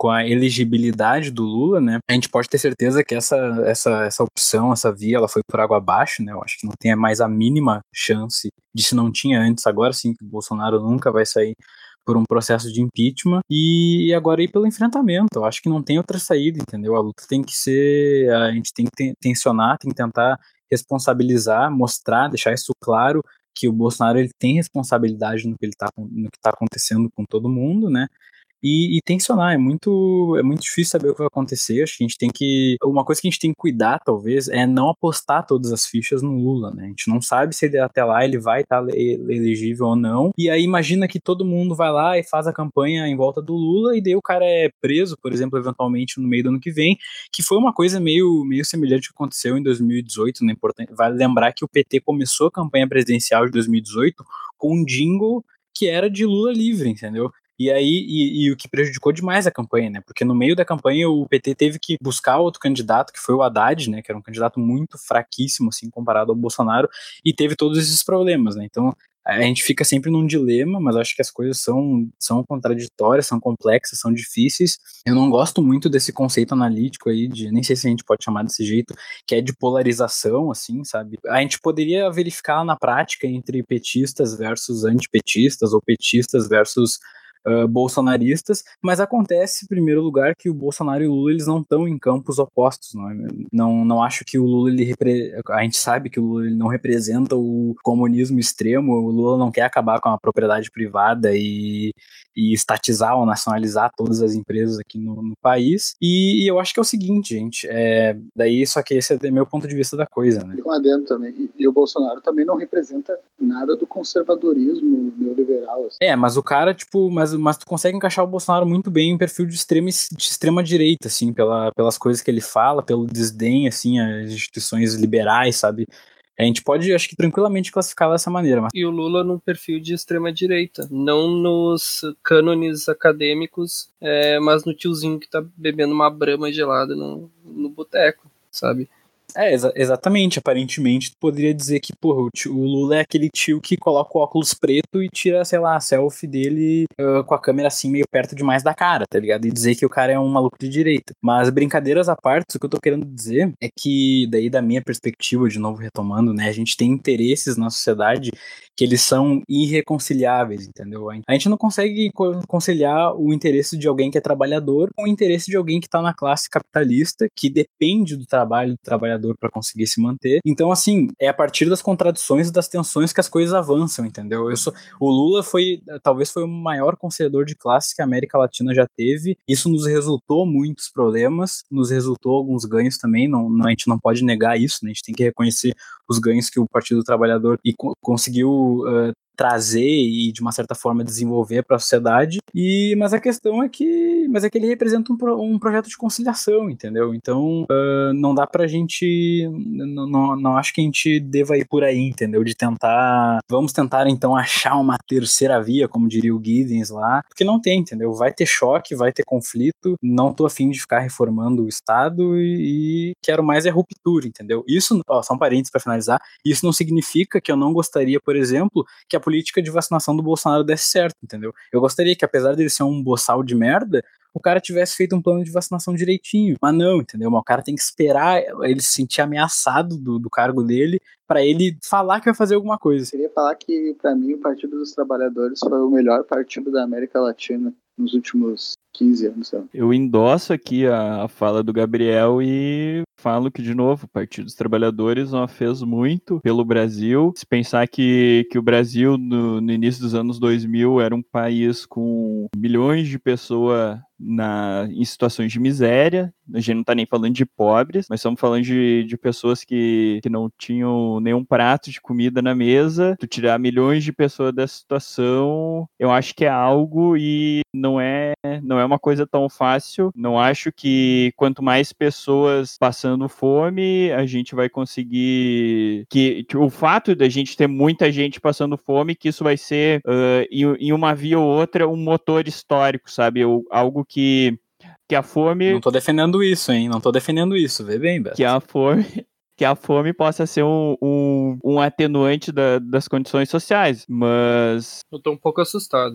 com a elegibilidade do Lula, né, a gente pode ter certeza que essa, essa, essa opção, essa via, ela foi por água abaixo, né, eu acho que não tem mais a mínima chance de, se não tinha antes, agora sim que o Bolsonaro nunca vai sair por um processo de impeachment, e agora ir pelo enfrentamento. Eu acho que não tem outra saída, entendeu? A luta tem que ser, a gente tem que tensionar, tem que tentar responsabilizar, mostrar, deixar isso claro, que o Bolsonaro ele tem responsabilidade no que ele tá, no que está acontecendo com todo mundo, né? E, e tensionar, é muito, é muito difícil saber o que vai acontecer. Acho que a gente tem que. Uma coisa que a gente tem que cuidar, talvez, é não apostar todas as fichas no Lula, né? A gente não sabe se ele até lá ele vai estar elegível ou não. E aí imagina que todo mundo vai lá e faz a campanha em volta do Lula, e daí o cara é preso, por exemplo, eventualmente no meio do ano que vem, que foi uma coisa meio, meio semelhante que aconteceu em dois mil e dezoito, né? Importante, vale lembrar que o P T começou a campanha presidencial de dois mil e dezoito com um jingle que era de Lula livre, entendeu? E aí, e, e o que prejudicou demais a campanha, né? Porque no meio da campanha o P T teve que buscar outro candidato, que foi o Haddad, né? Que era um candidato muito fraquíssimo, assim, comparado ao Bolsonaro, e teve todos esses problemas, né? Então, a gente fica sempre num dilema, mas acho que as coisas são, são contraditórias, são complexas, são difíceis. Eu não gosto muito desse conceito analítico aí, de, nem sei se a gente pode chamar desse jeito, que é de polarização, assim, sabe? A gente poderia verificar na prática entre petistas versus antipetistas, ou petistas versus Uh, bolsonaristas, mas acontece, em primeiro lugar, que o Bolsonaro e o Lula eles não estão em campos opostos, não, é? não, não acho que o Lula, ele repre... a gente sabe que o Lula ele não representa o comunismo extremo, o Lula não quer acabar com a propriedade privada e, e estatizar ou nacionalizar todas as empresas aqui no, no país, e, e eu acho que é o seguinte, gente, é... daí só que esse é o meu ponto de vista da coisa, né?
E um adendo também, e, e o Bolsonaro também não representa nada do conservadorismo neoliberal. Assim.
É, mas o cara, tipo, mas mas tu consegue encaixar o Bolsonaro muito bem em perfil de extrema, de extrema direita, assim, pela, pelas coisas que ele fala, pelo desdém, assim, às instituições liberais, sabe? A gente pode, acho que, tranquilamente classificar dessa maneira. Mas...
E o Lula num perfil de extrema direita, não nos cânones acadêmicos, é, mas no tiozinho que tá bebendo uma brama gelada no, no boteco, sabe?
É, exa- exatamente, aparentemente tu poderia dizer que, porra, o, tio, o Lula é aquele tio que coloca o óculos preto e tira, sei lá, a selfie dele uh, com a câmera assim meio perto demais da cara, tá ligado? E dizer que o cara é um maluco de direita. Mas brincadeiras à parte, o que eu tô querendo dizer é que, daí da minha perspectiva, de novo retomando, né, a gente tem interesses na sociedade que eles são irreconciliáveis, entendeu? A gente não consegue conciliar o interesse de alguém que é trabalhador com o interesse de alguém que tá na classe capitalista, que depende do trabalho do trabalhador para conseguir se manter. Então, assim, é a partir das contradições e das tensões que as coisas avançam, entendeu? Eu sou, o Lula foi, talvez foi o maior conciliador de classe que a América Latina já teve. Isso nos resultou muitos problemas, nos resultou alguns ganhos também, não, não, a gente não pode negar isso, né? A gente tem que reconhecer os ganhos que o Partido do Trabalhador e co- conseguiu uh, trazer e de uma certa forma desenvolver para a sociedade, e, mas a questão é que, mas é que ele representa um, pro, um projeto de conciliação, entendeu? Então uh, não dá pra gente, não, não, não acho que a gente deva ir por aí, entendeu? De tentar, vamos tentar então achar uma terceira via, como diria o Giddens lá, porque não tem, entendeu? Vai ter choque, vai ter conflito, não tô afim de ficar reformando o Estado e, e quero mais é ruptura, entendeu? Isso, ó, só um parênteses para finalizar, isso não significa que eu não gostaria, por exemplo, que a política de vacinação do Bolsonaro desse certo, entendeu? Eu gostaria que, apesar dele ser um boçal de merda, o cara tivesse feito um plano de vacinação direitinho. Mas não, entendeu? Mas o cara tem que esperar ele se sentir ameaçado do, do cargo dele para ele falar que vai fazer alguma coisa.
Eu queria falar que, para mim, o Partido dos Trabalhadores foi o melhor partido da América Latina nos últimos quinze anos. Sabe?
Eu endosso aqui a, a fala do Gabriel e falo que, de novo, o Partido dos Trabalhadores ó, fez muito pelo Brasil. Se pensar que, que o Brasil, no, no início dos anos dois mil, era um país com milhões de pessoas na, em situações de miséria, a gente não tá nem falando de pobres, mas estamos falando de, de pessoas que, que não tinham nenhum prato de comida na mesa. Tu tirar milhões de pessoas dessa situação, eu acho que é algo e não é, não é uma coisa tão fácil. Não acho que quanto mais pessoas passando fome, a gente vai conseguir que, que o fato da gente ter muita gente passando fome, que isso vai ser uh, em, em uma via ou outra um motor histórico, sabe? Ou, algo que que a fome...
Não tô defendendo isso, hein? Não tô defendendo isso, vê bem, Beto.
Que a fome... que a fome possa ser um, um, um atenuante da, das condições sociais, mas...
Eu tô um pouco assustado.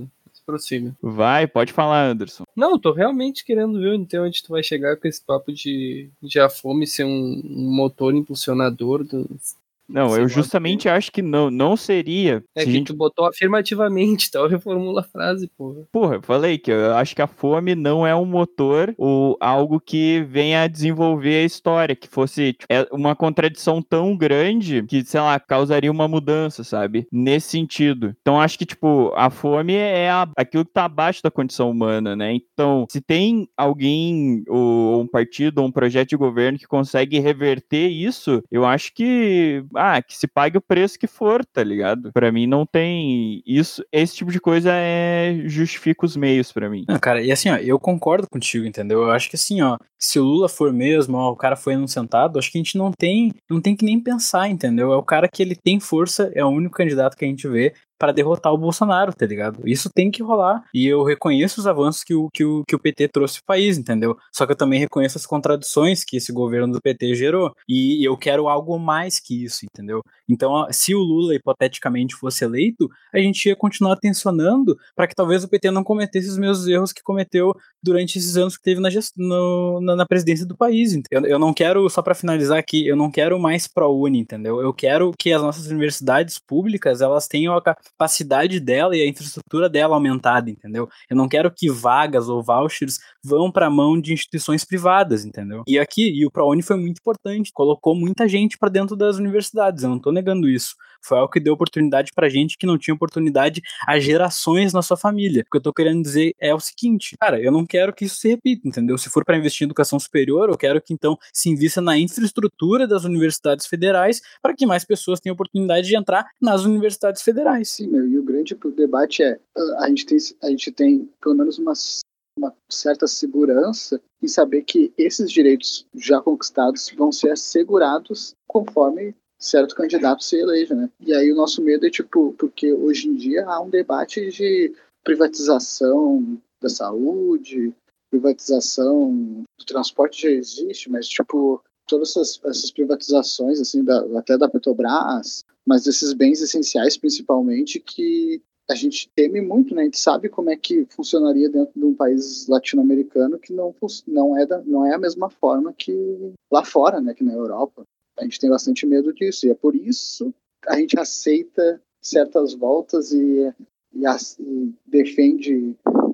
prossiga.
Vai, pode falar, Anderson.
Não, eu tô realmente querendo ver então onde tu vai chegar com esse papo de, de a fome ser um, um motor impulsionador do...
Não,
Sei
eu
lá,
justamente acho que não, não seria.
É
se
que
a gente...
tu botou afirmativamente, então reformula a frase, porra.
Porra, eu falei que eu acho que a fome não é um motor ou algo que venha a desenvolver a história, que fosse tipo, é uma contradição tão grande que, sei lá, causaria uma mudança, sabe? Nesse sentido. Então acho que, tipo, a fome é a, aquilo que tá abaixo da condição humana, né? Então, se tem alguém, ou um partido, ou um projeto de governo que consegue reverter isso, eu acho que, ah, que se pague o preço que for, tá ligado? Pra mim não tem isso, esse tipo de coisa é justifica os meios pra mim.
Não, cara, e assim, ó, eu concordo contigo, entendeu? Eu acho que assim, ó, se o Lula for mesmo, ó, o cara foi anunciado, acho que a gente não tem, não tem que nem pensar, entendeu? É o cara que ele tem força, é o único candidato que a gente vê para derrotar o Bolsonaro, tá ligado? Isso tem que rolar. E eu reconheço os avanços que o, que o, que o P T trouxe pro país, entendeu? Só que eu também reconheço as contradições que esse governo do P T gerou. E eu quero algo mais que isso, entendeu? Então, se o Lula hipoteticamente fosse eleito, a gente ia continuar tensionando para que talvez o P T não cometesse os mesmos erros que cometeu durante esses anos que teve na, gest... no, na, na presidência do país. Eu, eu não quero, só para finalizar aqui, eu não quero mais ProUni, entendeu? Eu quero que as nossas universidades públicas, elas tenham a capacidade dela e a infraestrutura dela aumentada, entendeu? Eu não quero que vagas ou vouchers vão para a mão de instituições privadas, entendeu? E aqui, e o ProUni foi muito importante, colocou muita gente para dentro das universidades, eu não tô negando isso. Foi algo que deu oportunidade pra gente que não tinha oportunidade há gerações na sua família. O que eu tô querendo dizer é o seguinte, cara, eu não quero que isso se repita, entendeu? Se for para investir em educação superior, eu quero que então se invista na infraestrutura das universidades federais para que mais pessoas tenham oportunidade de entrar nas universidades federais.
Sim, meu, e o grande debate é, a gente tem, a gente tem pelo menos uma, uma certa segurança em saber que esses direitos já conquistados vão ser assegurados conforme certo candidato se eleja, né? E aí o nosso medo é, tipo, porque hoje em dia há um debate de privatização da saúde, privatização do transporte já existe, mas, tipo, todas essas, essas privatizações, assim, da, até da Petrobras, mas desses bens essenciais, principalmente, que a gente teme muito, né? A gente sabe como é que funcionaria dentro de um país latino-americano que não, não, é da, não é a mesma forma que lá fora, né? Que na Europa. A gente tem bastante medo disso, e é por isso que a gente aceita certas voltas e, e, e defende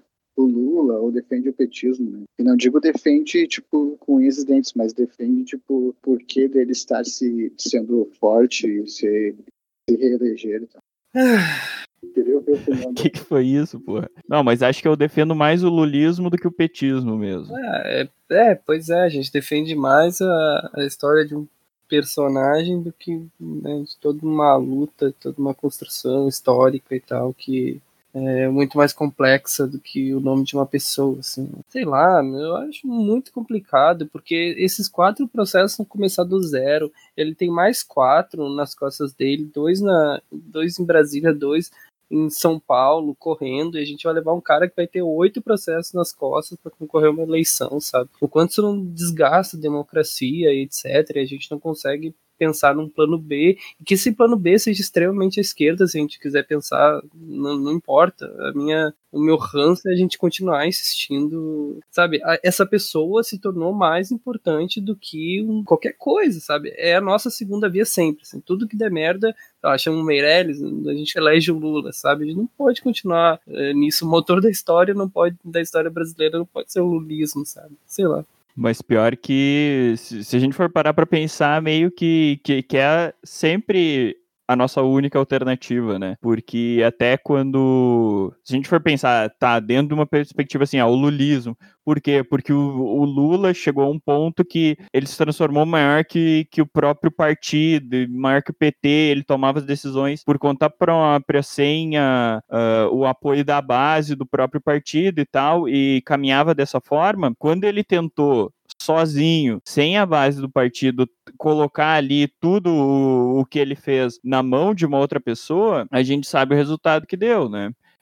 o Lula ou defende o petismo, né? E não digo defende, tipo, com unhas e dentes, mas defende, tipo, o porquê dele estar se, sendo forte e se, se reeleger e tal. Queria ver o opinião
O que, que foi isso, porra? Não, mas acho que eu defendo mais o lulismo do que o petismo mesmo.
É, é, é pois é, a gente defende mais a, a história de um personagem do que, né, de toda uma luta, toda uma construção histórica e tal, que é muito mais complexa do que o nome de uma pessoa, assim. Sei lá, eu acho muito complicado, porque esses quatro processos vão começar do zero. Ele tem mais quatro nas costas dele, dois, na, dois em Brasília, dois em São Paulo, correndo, e a gente vai levar um cara que vai ter oito processos nas costas para concorrer a uma eleição, sabe? O quanto isso não desgasta a democracia e etcétera, e a gente não consegue pensar num plano B, e que esse plano B seja extremamente à esquerda, se a gente quiser pensar, não, não importa. A minha, o meu ranço é a gente continuar insistindo, sabe? A, essa pessoa se tornou mais importante do que um, qualquer coisa, sabe? É a nossa segunda via sempre, assim, tudo que der merda, ó, chama o Meirelles, a gente elege o Lula, sabe? A gente não pode continuar é, nisso, o motor da história não pode, da história brasileira não pode ser o lulismo, sabe? Sei lá.
Mas pior que, se, se a gente for parar pra pensar, meio que, que, que é sempre a nossa única alternativa, né? Porque até quando... Se a gente for pensar, tá, dentro de uma perspectiva assim, ah, o lulismo. Por quê? Porque o, o Lula chegou a um ponto que ele se transformou maior que, que o próprio partido, maior que o P T, ele tomava as decisões por conta própria, sem a, uh, o apoio da base do próprio partido e tal, e caminhava dessa forma. Quando ele tentou sozinho, sem a base do partido, colocar ali tudo o, o que ele fez na mão de uma outra pessoa, a gente sabe o resultado que deu, né?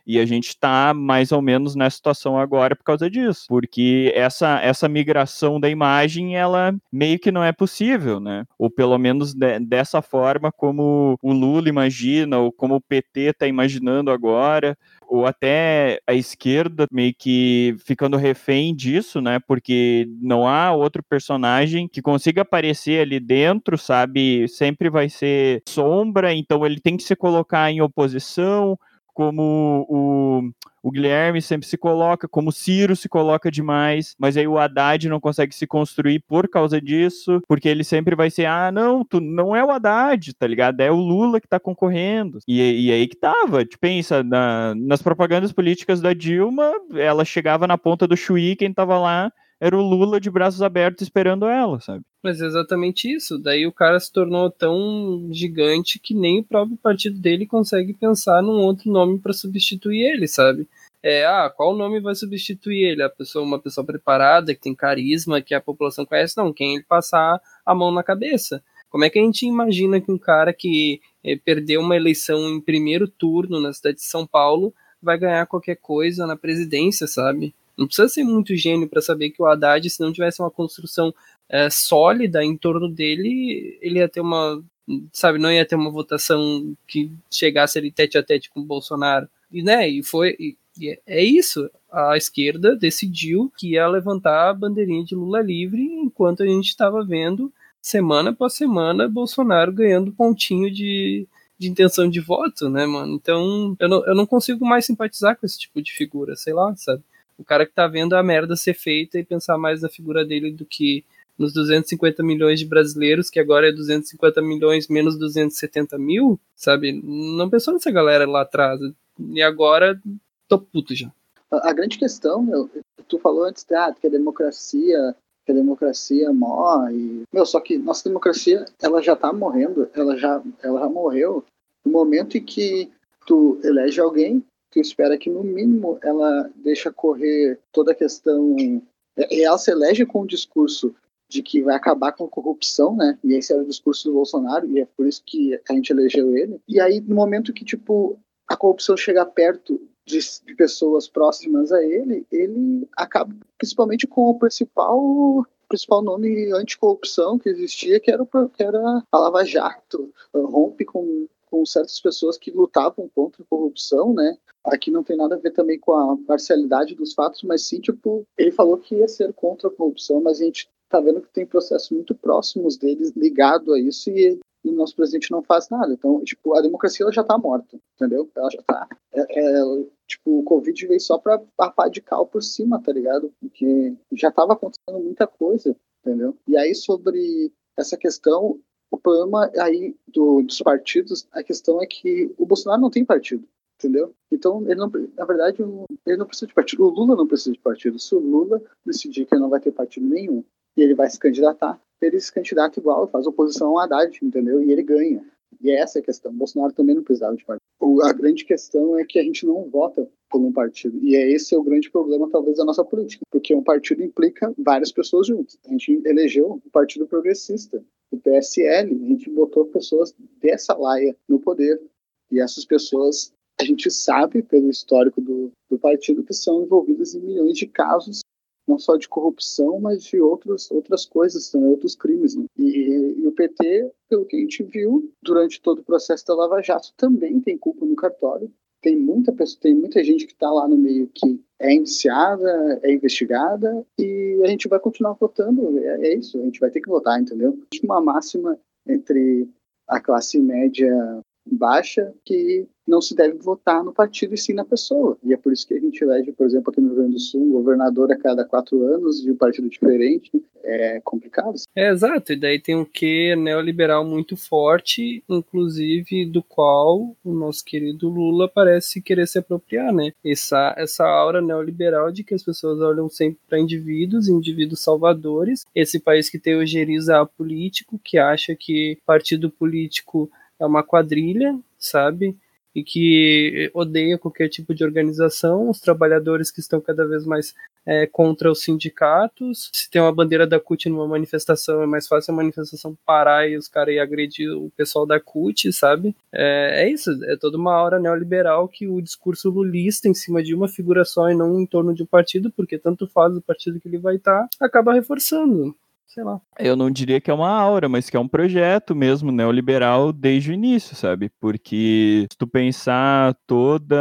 E a gente está mais ou menos nessa situação agora por causa disso, porque essa, essa migração da imagem, ela meio que não é possível, né? Ou pelo menos de, dessa forma como o Lula imagina, ou como o P T está imaginando agora, ou até a esquerda meio que ficando refém disso, né? Porque não há outro personagem que consiga aparecer ali dentro, sabe? Sempre vai ser sombra, então ele tem que se colocar em oposição, como o, o Guilherme sempre se coloca, como o Ciro se coloca demais, mas aí o Haddad não consegue se construir por causa disso, porque ele sempre vai ser, ah, não, tu não é o Haddad, tá ligado? É o Lula que tá concorrendo. E, e aí que tava, tu pensa, na, nas propagandas políticas da Dilma, ela chegava na ponta do chuí, quem tava lá era o Lula de braços abertos esperando ela, sabe?
Mas é exatamente isso. Daí o cara se tornou tão gigante que nem o próprio partido dele consegue pensar num outro nome para substituir ele, sabe? É, ah, qual nome vai substituir ele? A pessoa, uma pessoa preparada, que tem carisma, que a população conhece? Não, quem ele passar a mão na cabeça. Como é que a gente imagina que um cara que é, perdeu uma eleição em primeiro turno na cidade de São Paulo vai ganhar qualquer coisa na presidência, sabe? Não precisa ser muito gênio para saber que o Haddad, se não tivesse uma construção é, sólida em torno dele, ele ia ter uma, sabe, não ia ter uma votação que chegasse ali tete a tete com o Bolsonaro. E, né, e foi, e, e é isso, a esquerda decidiu que ia levantar a bandeirinha de Lula livre, enquanto a gente estava vendo, semana após semana, Bolsonaro ganhando pontinho de, de intenção de voto, né, mano? Então, eu não, eu não consigo mais simpatizar com esse tipo de figura, sei lá, sabe? O cara que tá vendo a merda ser feita e pensar mais na figura dele do que nos duzentos e cinquenta milhões de brasileiros, que agora é duzentos e cinquenta milhões menos duzentos e setenta mil, sabe? Não pensou nessa galera lá atrás. E agora, tô puto já.
A, a grande questão, meu, tu falou antes ah, que a democracia, que a democracia morre. Meu, só que nossa democracia, ela já tá morrendo, ela já, ela já morreu no momento em que tu elege alguém, tu espera que, no mínimo, ela deixa correr toda a questão... E ela se elege com o discurso de que vai acabar com a corrupção, né? E esse era o discurso do Bolsonaro, e é por isso que a gente elegeu ele. E aí, no momento que, tipo, a corrupção chega perto de, de pessoas próximas a ele, ele acaba, principalmente com o principal... principal nome anticorrupção que existia, que era, que era a Lava Jato. Rompe com, com certas pessoas que lutavam contra a corrupção, né? Aqui não tem nada a ver também com a parcialidade dos fatos, mas sim, tipo, ele falou que ia ser contra a corrupção, mas a gente tá vendo que tem processos muito próximos deles ligado a isso e, e o nosso presidente não faz nada. Então, tipo, a democracia ela já tá morta, entendeu? Ela já tá... É, é, tipo, o Covid veio só pra papar de cal por cima, tá ligado? Porque já tava acontecendo muita coisa, entendeu? E aí, sobre essa questão, o problema aí do, dos partidos, a questão é que o Bolsonaro não tem partido. Entendeu? Então, ele não, na verdade, ele não precisa de partido. O Lula não precisa de partido. Se o Lula decidir que ele não vai ter partido nenhum e ele vai se candidatar, ele se candidata igual, faz oposição ao Haddad, entendeu? E ele ganha. E essa é a questão. O Bolsonaro também não precisava de partido. O, a grande questão é que a gente não vota por um partido. E é esse é o grande problema, talvez, da nossa política. Porque um partido implica várias pessoas juntas. A gente elegeu o Partido Progressista, o P S L. A gente botou pessoas dessa laia no poder. E essas pessoas... a gente sabe, pelo histórico do, do partido, que são envolvidas em milhões de casos, não só de corrupção, mas de outros, outras coisas, também, outros crimes. Né? E, e o P T, pelo que a gente viu, durante todo o processo da Lava Jato, também tem culpa no cartório. Tem muita, pessoa, tem muita gente que está lá no meio que é indiciada, é investigada, e a gente vai continuar votando. É, é isso, a gente vai ter que votar, entendeu? Tem uma máxima entre a classe média baixa que não se deve votar no partido e sim na pessoa. E é por isso que a gente elege, por exemplo, aqui no Rio Grande do Sul, um governador a cada quatro anos de um partido diferente. É complicado.
É, exato. E daí tem um quê neoliberal muito forte, inclusive do qual o nosso querido Lula parece querer se apropriar, né? Essa, essa aura neoliberal de que as pessoas olham sempre para indivíduos, indivíduos salvadores. Esse país que tem o geriza político, que acha que partido político é uma quadrilha, sabe? e que odeia qualquer tipo de organização, os trabalhadores que estão cada vez mais é, contra os sindicatos. Se tem uma bandeira da C U T numa manifestação, é mais fácil a manifestação parar e os caras ir agredir o pessoal da C U T, sabe? É, é isso, é toda uma aura neoliberal que o discurso lulista em cima de uma figura só e não em torno de um partido, porque tanto faz o partido que ele vai estar, acaba reforçando. Sei lá.
Eu não diria que é uma aura, mas que é um projeto mesmo neoliberal desde o início, sabe? Porque se tu pensar toda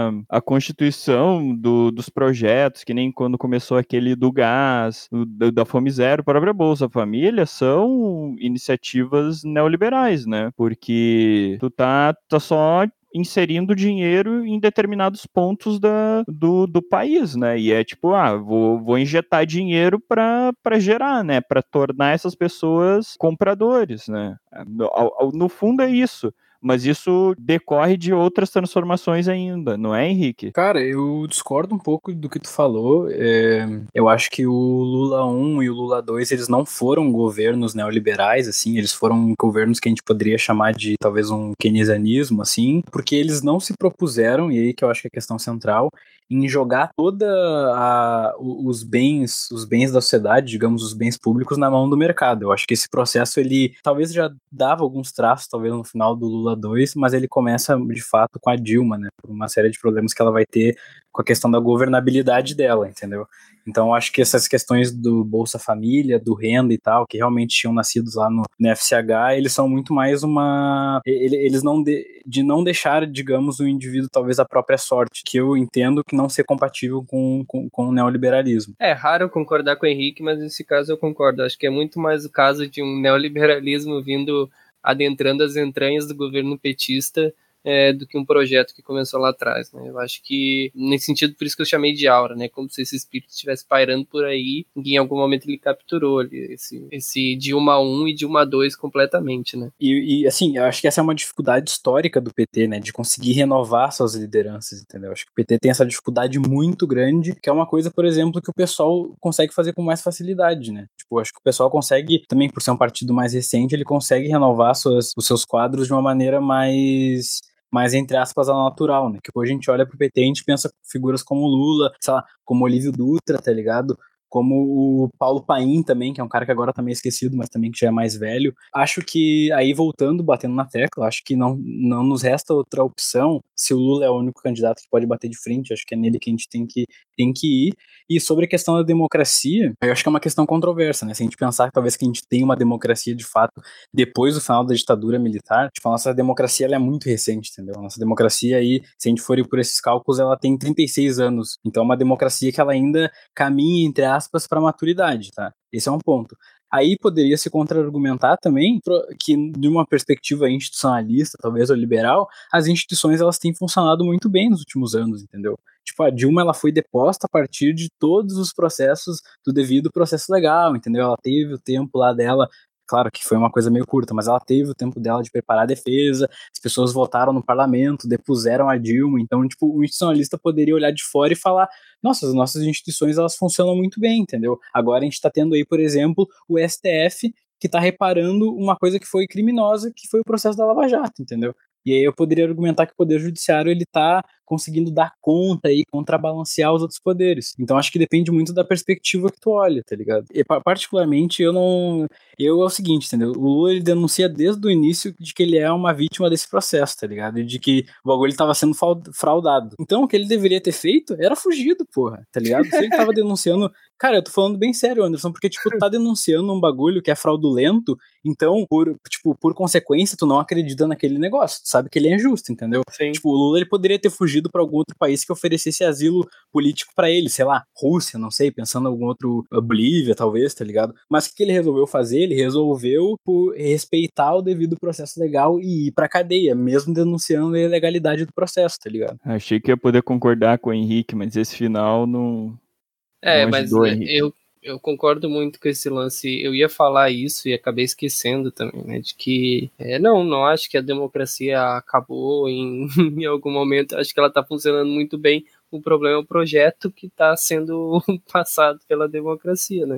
a constituição do, dos projetos, que nem quando começou aquele do gás, do, da Fome Zero, a própria Bolsa Família, são iniciativas neoliberais, né? Porque tu tá, tá só inserindo dinheiro em determinados pontos da, do, do país, né? E é tipo, ah, vou, vou injetar dinheiro para gerar, né? Para tornar essas pessoas compradores, né? No, ao, no fundo é isso. Mas isso decorre de outras transformações ainda, não é, Henrique?
Cara, eu discordo um pouco do que tu falou. É, eu acho que o Lula um e o Lula dois, eles não foram governos neoliberais, assim, eles foram governos que a gente poderia chamar de talvez um keynesianismo, assim, porque eles não se propuseram, e aí que eu acho que é a questão central, em jogar toda a, os bens, os bens da sociedade, digamos, os bens públicos na mão do mercado. Eu acho que esse processo, ele talvez já dava alguns traços, talvez no final do Lula dois, mas ele começa de fato com a Dilma, né, por uma série de problemas que ela vai ter com a questão da governabilidade dela, entendeu? Então eu acho que essas questões do Bolsa Família, do Renda e tal, que realmente tinham nascido lá no, no F C H, eles são muito mais uma... eles não de, de não deixar, digamos, o indivíduo talvez a própria sorte, que eu entendo que não ser compatível com, com, com o neoliberalismo.
É raro concordar com o Henrique, mas nesse caso eu concordo. Acho que é muito mais o caso de um neoliberalismo vindo adentrando as entranhas do governo petista é, do que um projeto que começou lá atrás, né? Eu acho que, nesse sentido, por isso que eu chamei de aura, né? Como se esse espírito estivesse pairando por aí e em algum momento ele capturou ali, esse, esse Dilma um e Dilma dois completamente, né?
E, e, assim, eu acho que essa é uma dificuldade histórica do P T, né? De conseguir renovar suas lideranças, entendeu? Eu acho que o P T tem essa dificuldade muito grande, que é uma coisa, por exemplo, que o pessoal consegue fazer com mais facilidade, né? Tipo, eu acho que o pessoal consegue, também por ser um partido mais recente, ele consegue renovar suas, os seus quadros de uma maneira mais... mais, entre aspas, a natural, né? Que hoje a gente olha pro P T e a gente pensa figuras como Lula, sei lá, como Olívio Dutra, tá ligado? Como o Paulo Paim também, que é um cara que agora tá meio esquecido, mas também que já é mais velho. Acho que, aí voltando, batendo na tecla, acho que não, não nos resta outra opção, se o Lula é o único candidato que pode bater de frente, acho que é nele que a gente tem que, tem que ir. E sobre a questão da democracia, eu acho que é uma questão controversa, né? Se a gente pensar que talvez que a gente tenha uma democracia de fato depois do final da ditadura militar, tipo, a nossa democracia ela é muito recente, entendeu? A nossa democracia aí, se a gente for ir por esses cálculos, ela tem trinta e seis anos. Então é uma democracia que ela ainda caminha, entre aspas, para maturidade, tá? Esse é um ponto. Aí poderia se contra-argumentar também que, de uma perspectiva institucionalista, talvez, ou liberal, as instituições elas têm funcionado muito bem nos últimos anos, entendeu? Tipo, a Dilma ela foi deposta a partir de todos os processos do devido processo legal, entendeu? Ela teve o tempo lá dela, claro que foi uma coisa meio curta, mas ela teve o tempo dela de preparar a defesa, as pessoas votaram no parlamento, depuseram a Dilma, então, tipo, o institucionalista poderia olhar de fora e falar, nossa, as nossas instituições, elas funcionam muito bem, entendeu? Agora a gente tá tendo aí, por exemplo, o S T F, que tá reparando uma coisa que foi criminosa, que foi o processo da Lava Jato, entendeu? E aí eu poderia argumentar que o Poder Judiciário, ele tá conseguindo dar conta e contrabalancear os outros poderes. Então acho que depende muito da perspectiva que tu olha, tá ligado? E particularmente eu não... Eu é o seguinte, entendeu? O Lula, ele denuncia desde o início de que ele é uma vítima desse processo, tá ligado? E de que o bagulho tava sendo fraudado. Então o que ele deveria ter feito era fugido, porra, tá ligado? Se ele tava denunciando... Cara, eu tô falando bem sério, Anderson, porque, tipo, tá denunciando um bagulho que é fraudulento, então, por, tipo, por consequência, tu não acredita naquele negócio, tu sabe que ele é injusto, entendeu?
Sim.
Tipo, o Lula, ele poderia ter fugido pra algum outro país que oferecesse asilo político pra ele, sei lá, Rússia, não sei, pensando em algum outro, Bolívia, talvez, tá ligado? Mas o que ele resolveu fazer? Ele resolveu por respeitar o devido processo legal e ir pra cadeia, mesmo denunciando a ilegalidade do processo, tá ligado?
Achei que ia poder concordar com o Henrique, mas esse final não...
É,
não
mas
ajudou, Henrique.
eu, eu concordo muito com esse lance. Eu ia falar isso e acabei esquecendo também, né? De que, é, não, não acho que a democracia acabou em, em algum momento. Acho que ela tá funcionando muito bem. O problema é o projeto que tá sendo passado pela democracia, né?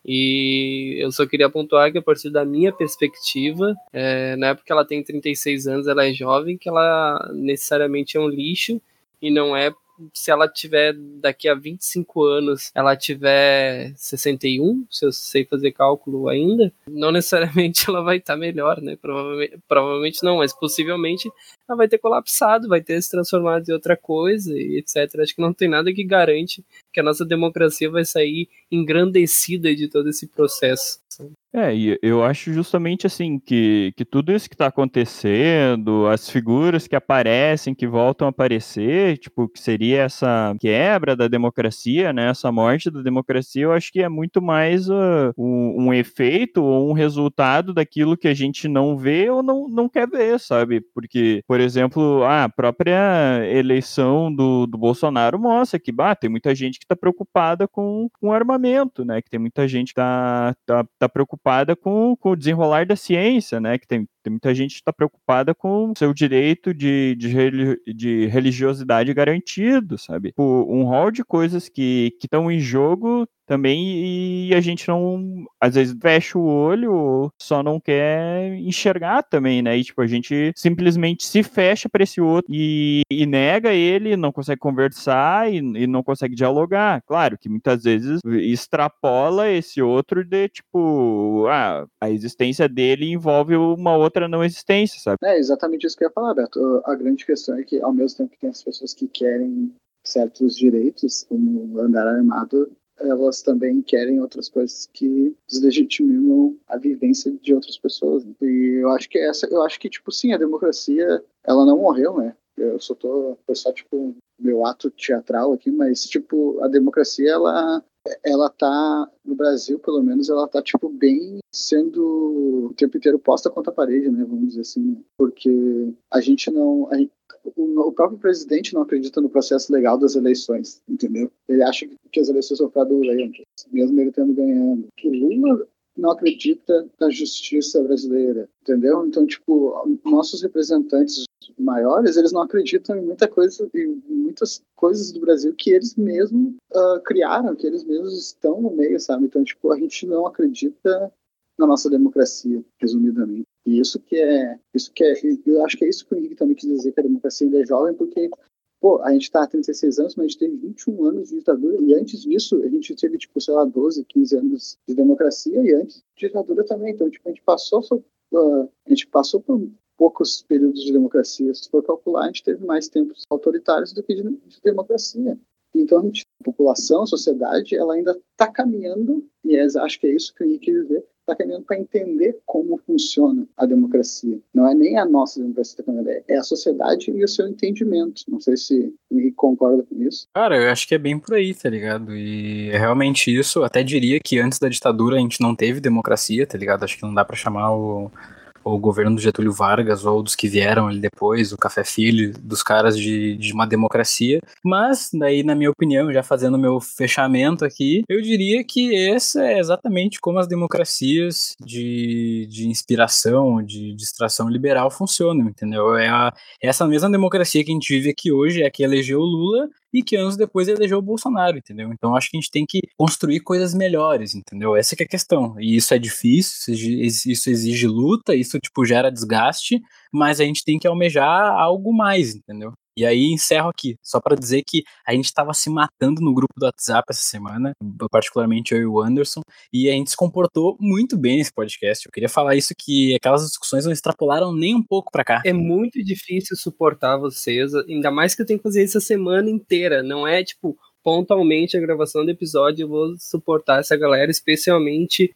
E eu só queria pontuar que a partir da minha perspectiva, é, não é porque ela tem trinta e seis anos, ela é jovem, que ela necessariamente é um lixo, e não é se ela tiver daqui a vinte e cinco anos, ela tiver sessenta e um, se eu sei fazer cálculo ainda, não necessariamente ela vai estar melhor, né? Provavelmente, provavelmente não, mas possivelmente ela vai ter colapsado, vai ter se transformado em outra coisa e etcétera. Acho que não tem nada que garante que a nossa democracia vai sair engrandecida de todo esse processo.
É, e eu acho justamente assim que, que tudo isso que está acontecendo, as figuras que aparecem, que voltam a aparecer, tipo, que seria essa quebra da democracia, né, essa morte da democracia, eu acho que é muito mais uh, um, um efeito ou um resultado daquilo que a gente não vê ou não, não quer ver, sabe? Porque, por exemplo, a própria eleição do, do Bolsonaro mostra que, bah, tem muita gente que está preocupada com, com armamento, né, que tem muita gente que está tá, tá preocupada Com, com o desenrolar da ciência, né? Que tem, tem muita gente que está preocupada com o seu direito de, de, de religiosidade garantido, sabe? Por um rol de coisas que estão em jogo também e a gente não, às vezes, fecha o olho ou só não quer enxergar também, né? E, tipo, a gente simplesmente se fecha para esse outro e, e nega ele, não consegue conversar e, e não consegue dialogar. Claro que muitas vezes extrapola esse outro de, tipo, ah, a existência dele envolve uma outra não existência, sabe?
É exatamente isso que eu ia falar, Beto. A grande questão é que, ao mesmo tempo que tem as pessoas que querem certos direitos, como andar armado, elas também querem outras coisas que deslegitimam a vivência de outras pessoas. Né? E eu acho que essa, eu acho que, tipo, sim, a democracia, ela não morreu, né? Eu só tô, foi só, tipo, meu ato teatral aqui, mas, tipo, a democracia, ela, ela tá, no Brasil, pelo menos, ela tá, tipo, bem sendo o tempo inteiro posta contra a parede, né? Vamos dizer assim, né? Porque a gente não... A gente, o próprio presidente não acredita no processo legal das eleições, entendeu? Ele acha que as eleições são fraudulentas, mesmo ele tendo ganhando. O Lula não acredita na justiça brasileira, entendeu? Então, tipo, nossos representantes maiores, eles não acreditam em muita coisa, em muitas coisas do Brasil que eles mesmos uh, criaram, que eles mesmos estão no meio, sabe? Então, tipo, a gente não acredita na nossa democracia, resumidamente. E isso que é, isso que é, eu acho que é isso que o Henrique também quis dizer, que a democracia ainda é jovem, porque, pô, a gente está há trinta e seis anos, mas a gente teve vinte e um anos de ditadura, e antes disso, a gente teve, tipo, sei lá, doze, quinze anos de democracia, e antes de ditadura também. Então, tipo, a gente passou, uh, a gente passou por poucos períodos de democracia. Se for calcular, a gente teve mais tempos autoritários do que de, de democracia. Então, a, gente, a população, a sociedade, ela ainda está caminhando, e é, acho que é isso que o Henrique quis dizer, está caminhando para entender como funciona a democracia. Não é nem a nossa democracia, é a sociedade e o seu entendimento. Não sei se o Henrique concorda com isso.
Cara, eu acho que é bem por aí, tá ligado? E é realmente isso. Eu até diria que antes da ditadura a gente não teve democracia, tá ligado? Acho que não dá para chamar o... o governo do Getúlio Vargas, ou dos que vieram ali depois, o Café Filho, dos caras de, de uma democracia. Mas, daí, na minha opinião, já fazendo meu fechamento aqui, eu diria que esse é exatamente como as democracias de, de inspiração, de distração liberal funcionam, entendeu? É a, essa mesma democracia que a gente vive aqui hoje, é a que elegeu o Lula, e que anos depois elegeu o Bolsonaro, entendeu? Então acho que a gente tem que construir coisas melhores, entendeu? Essa que é a questão. E isso é difícil, isso exige luta, isso tipo gera desgaste, mas a gente tem que almejar algo mais, entendeu? E aí encerro aqui, só para dizer que a gente estava se matando no grupo do WhatsApp essa semana, particularmente eu e o Anderson, e a gente se comportou muito bem nesse podcast. Eu queria falar isso, que aquelas discussões não extrapolaram nem um pouco para cá.
É muito difícil suportar vocês, ainda mais que eu tenho que fazer isso a semana inteira, não é tipo... pontualmente a gravação do episódio, eu vou suportar essa galera, especialmente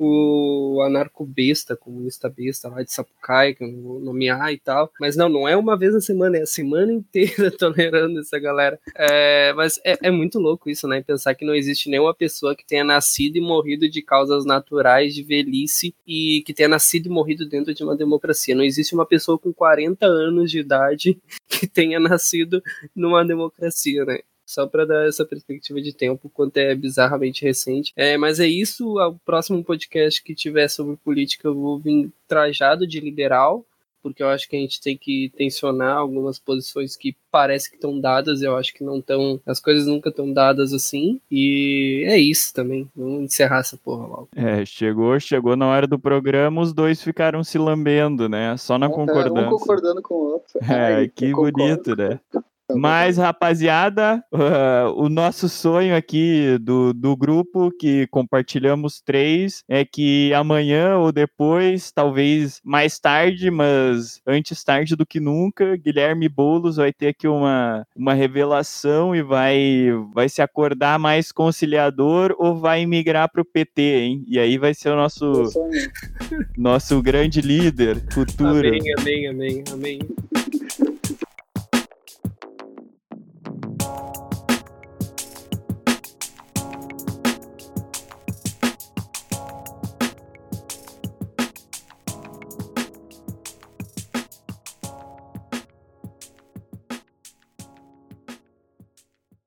o anarcobesta, comunista besta lá de Sapucaí, que eu não vou nomear e tal, mas não, não é uma vez na semana, é a semana inteira tolerando essa galera. É, mas é, é muito louco isso, né, pensar que não existe nenhuma pessoa que tenha nascido e morrido de causas naturais, de velhice, e que tenha nascido e morrido dentro de uma democracia. Não existe uma pessoa com quarenta anos de idade que tenha nascido numa democracia, né. Só para dar essa perspectiva de tempo, quanto é bizarramente recente. É, mas é isso, o próximo podcast que tiver sobre política eu vou vir trajado de liberal, porque eu acho que a gente tem que tensionar algumas posições que parece que estão dadas, eu acho que não estão, as coisas nunca estão dadas assim, e é isso também, vamos encerrar essa porra logo.
É, chegou, chegou na hora do programa, os dois ficaram se lambendo, né? Só na
É,
concordância.
um concordando com o outro.
É,
Ai,
que
eu concordo.
bonito, né? Mas, rapaziada, uh, o nosso sonho aqui do, do grupo, que compartilhamos três, é que amanhã ou depois, talvez mais tarde, mas antes tarde do que nunca, Guilherme Boulos vai ter aqui uma, uma revelação e vai, vai se acordar mais conciliador ou vai migrar pro P T, hein? E aí vai ser o nosso,
Sonho.
nosso grande líder futuro.
Amém, amém, amém, amém.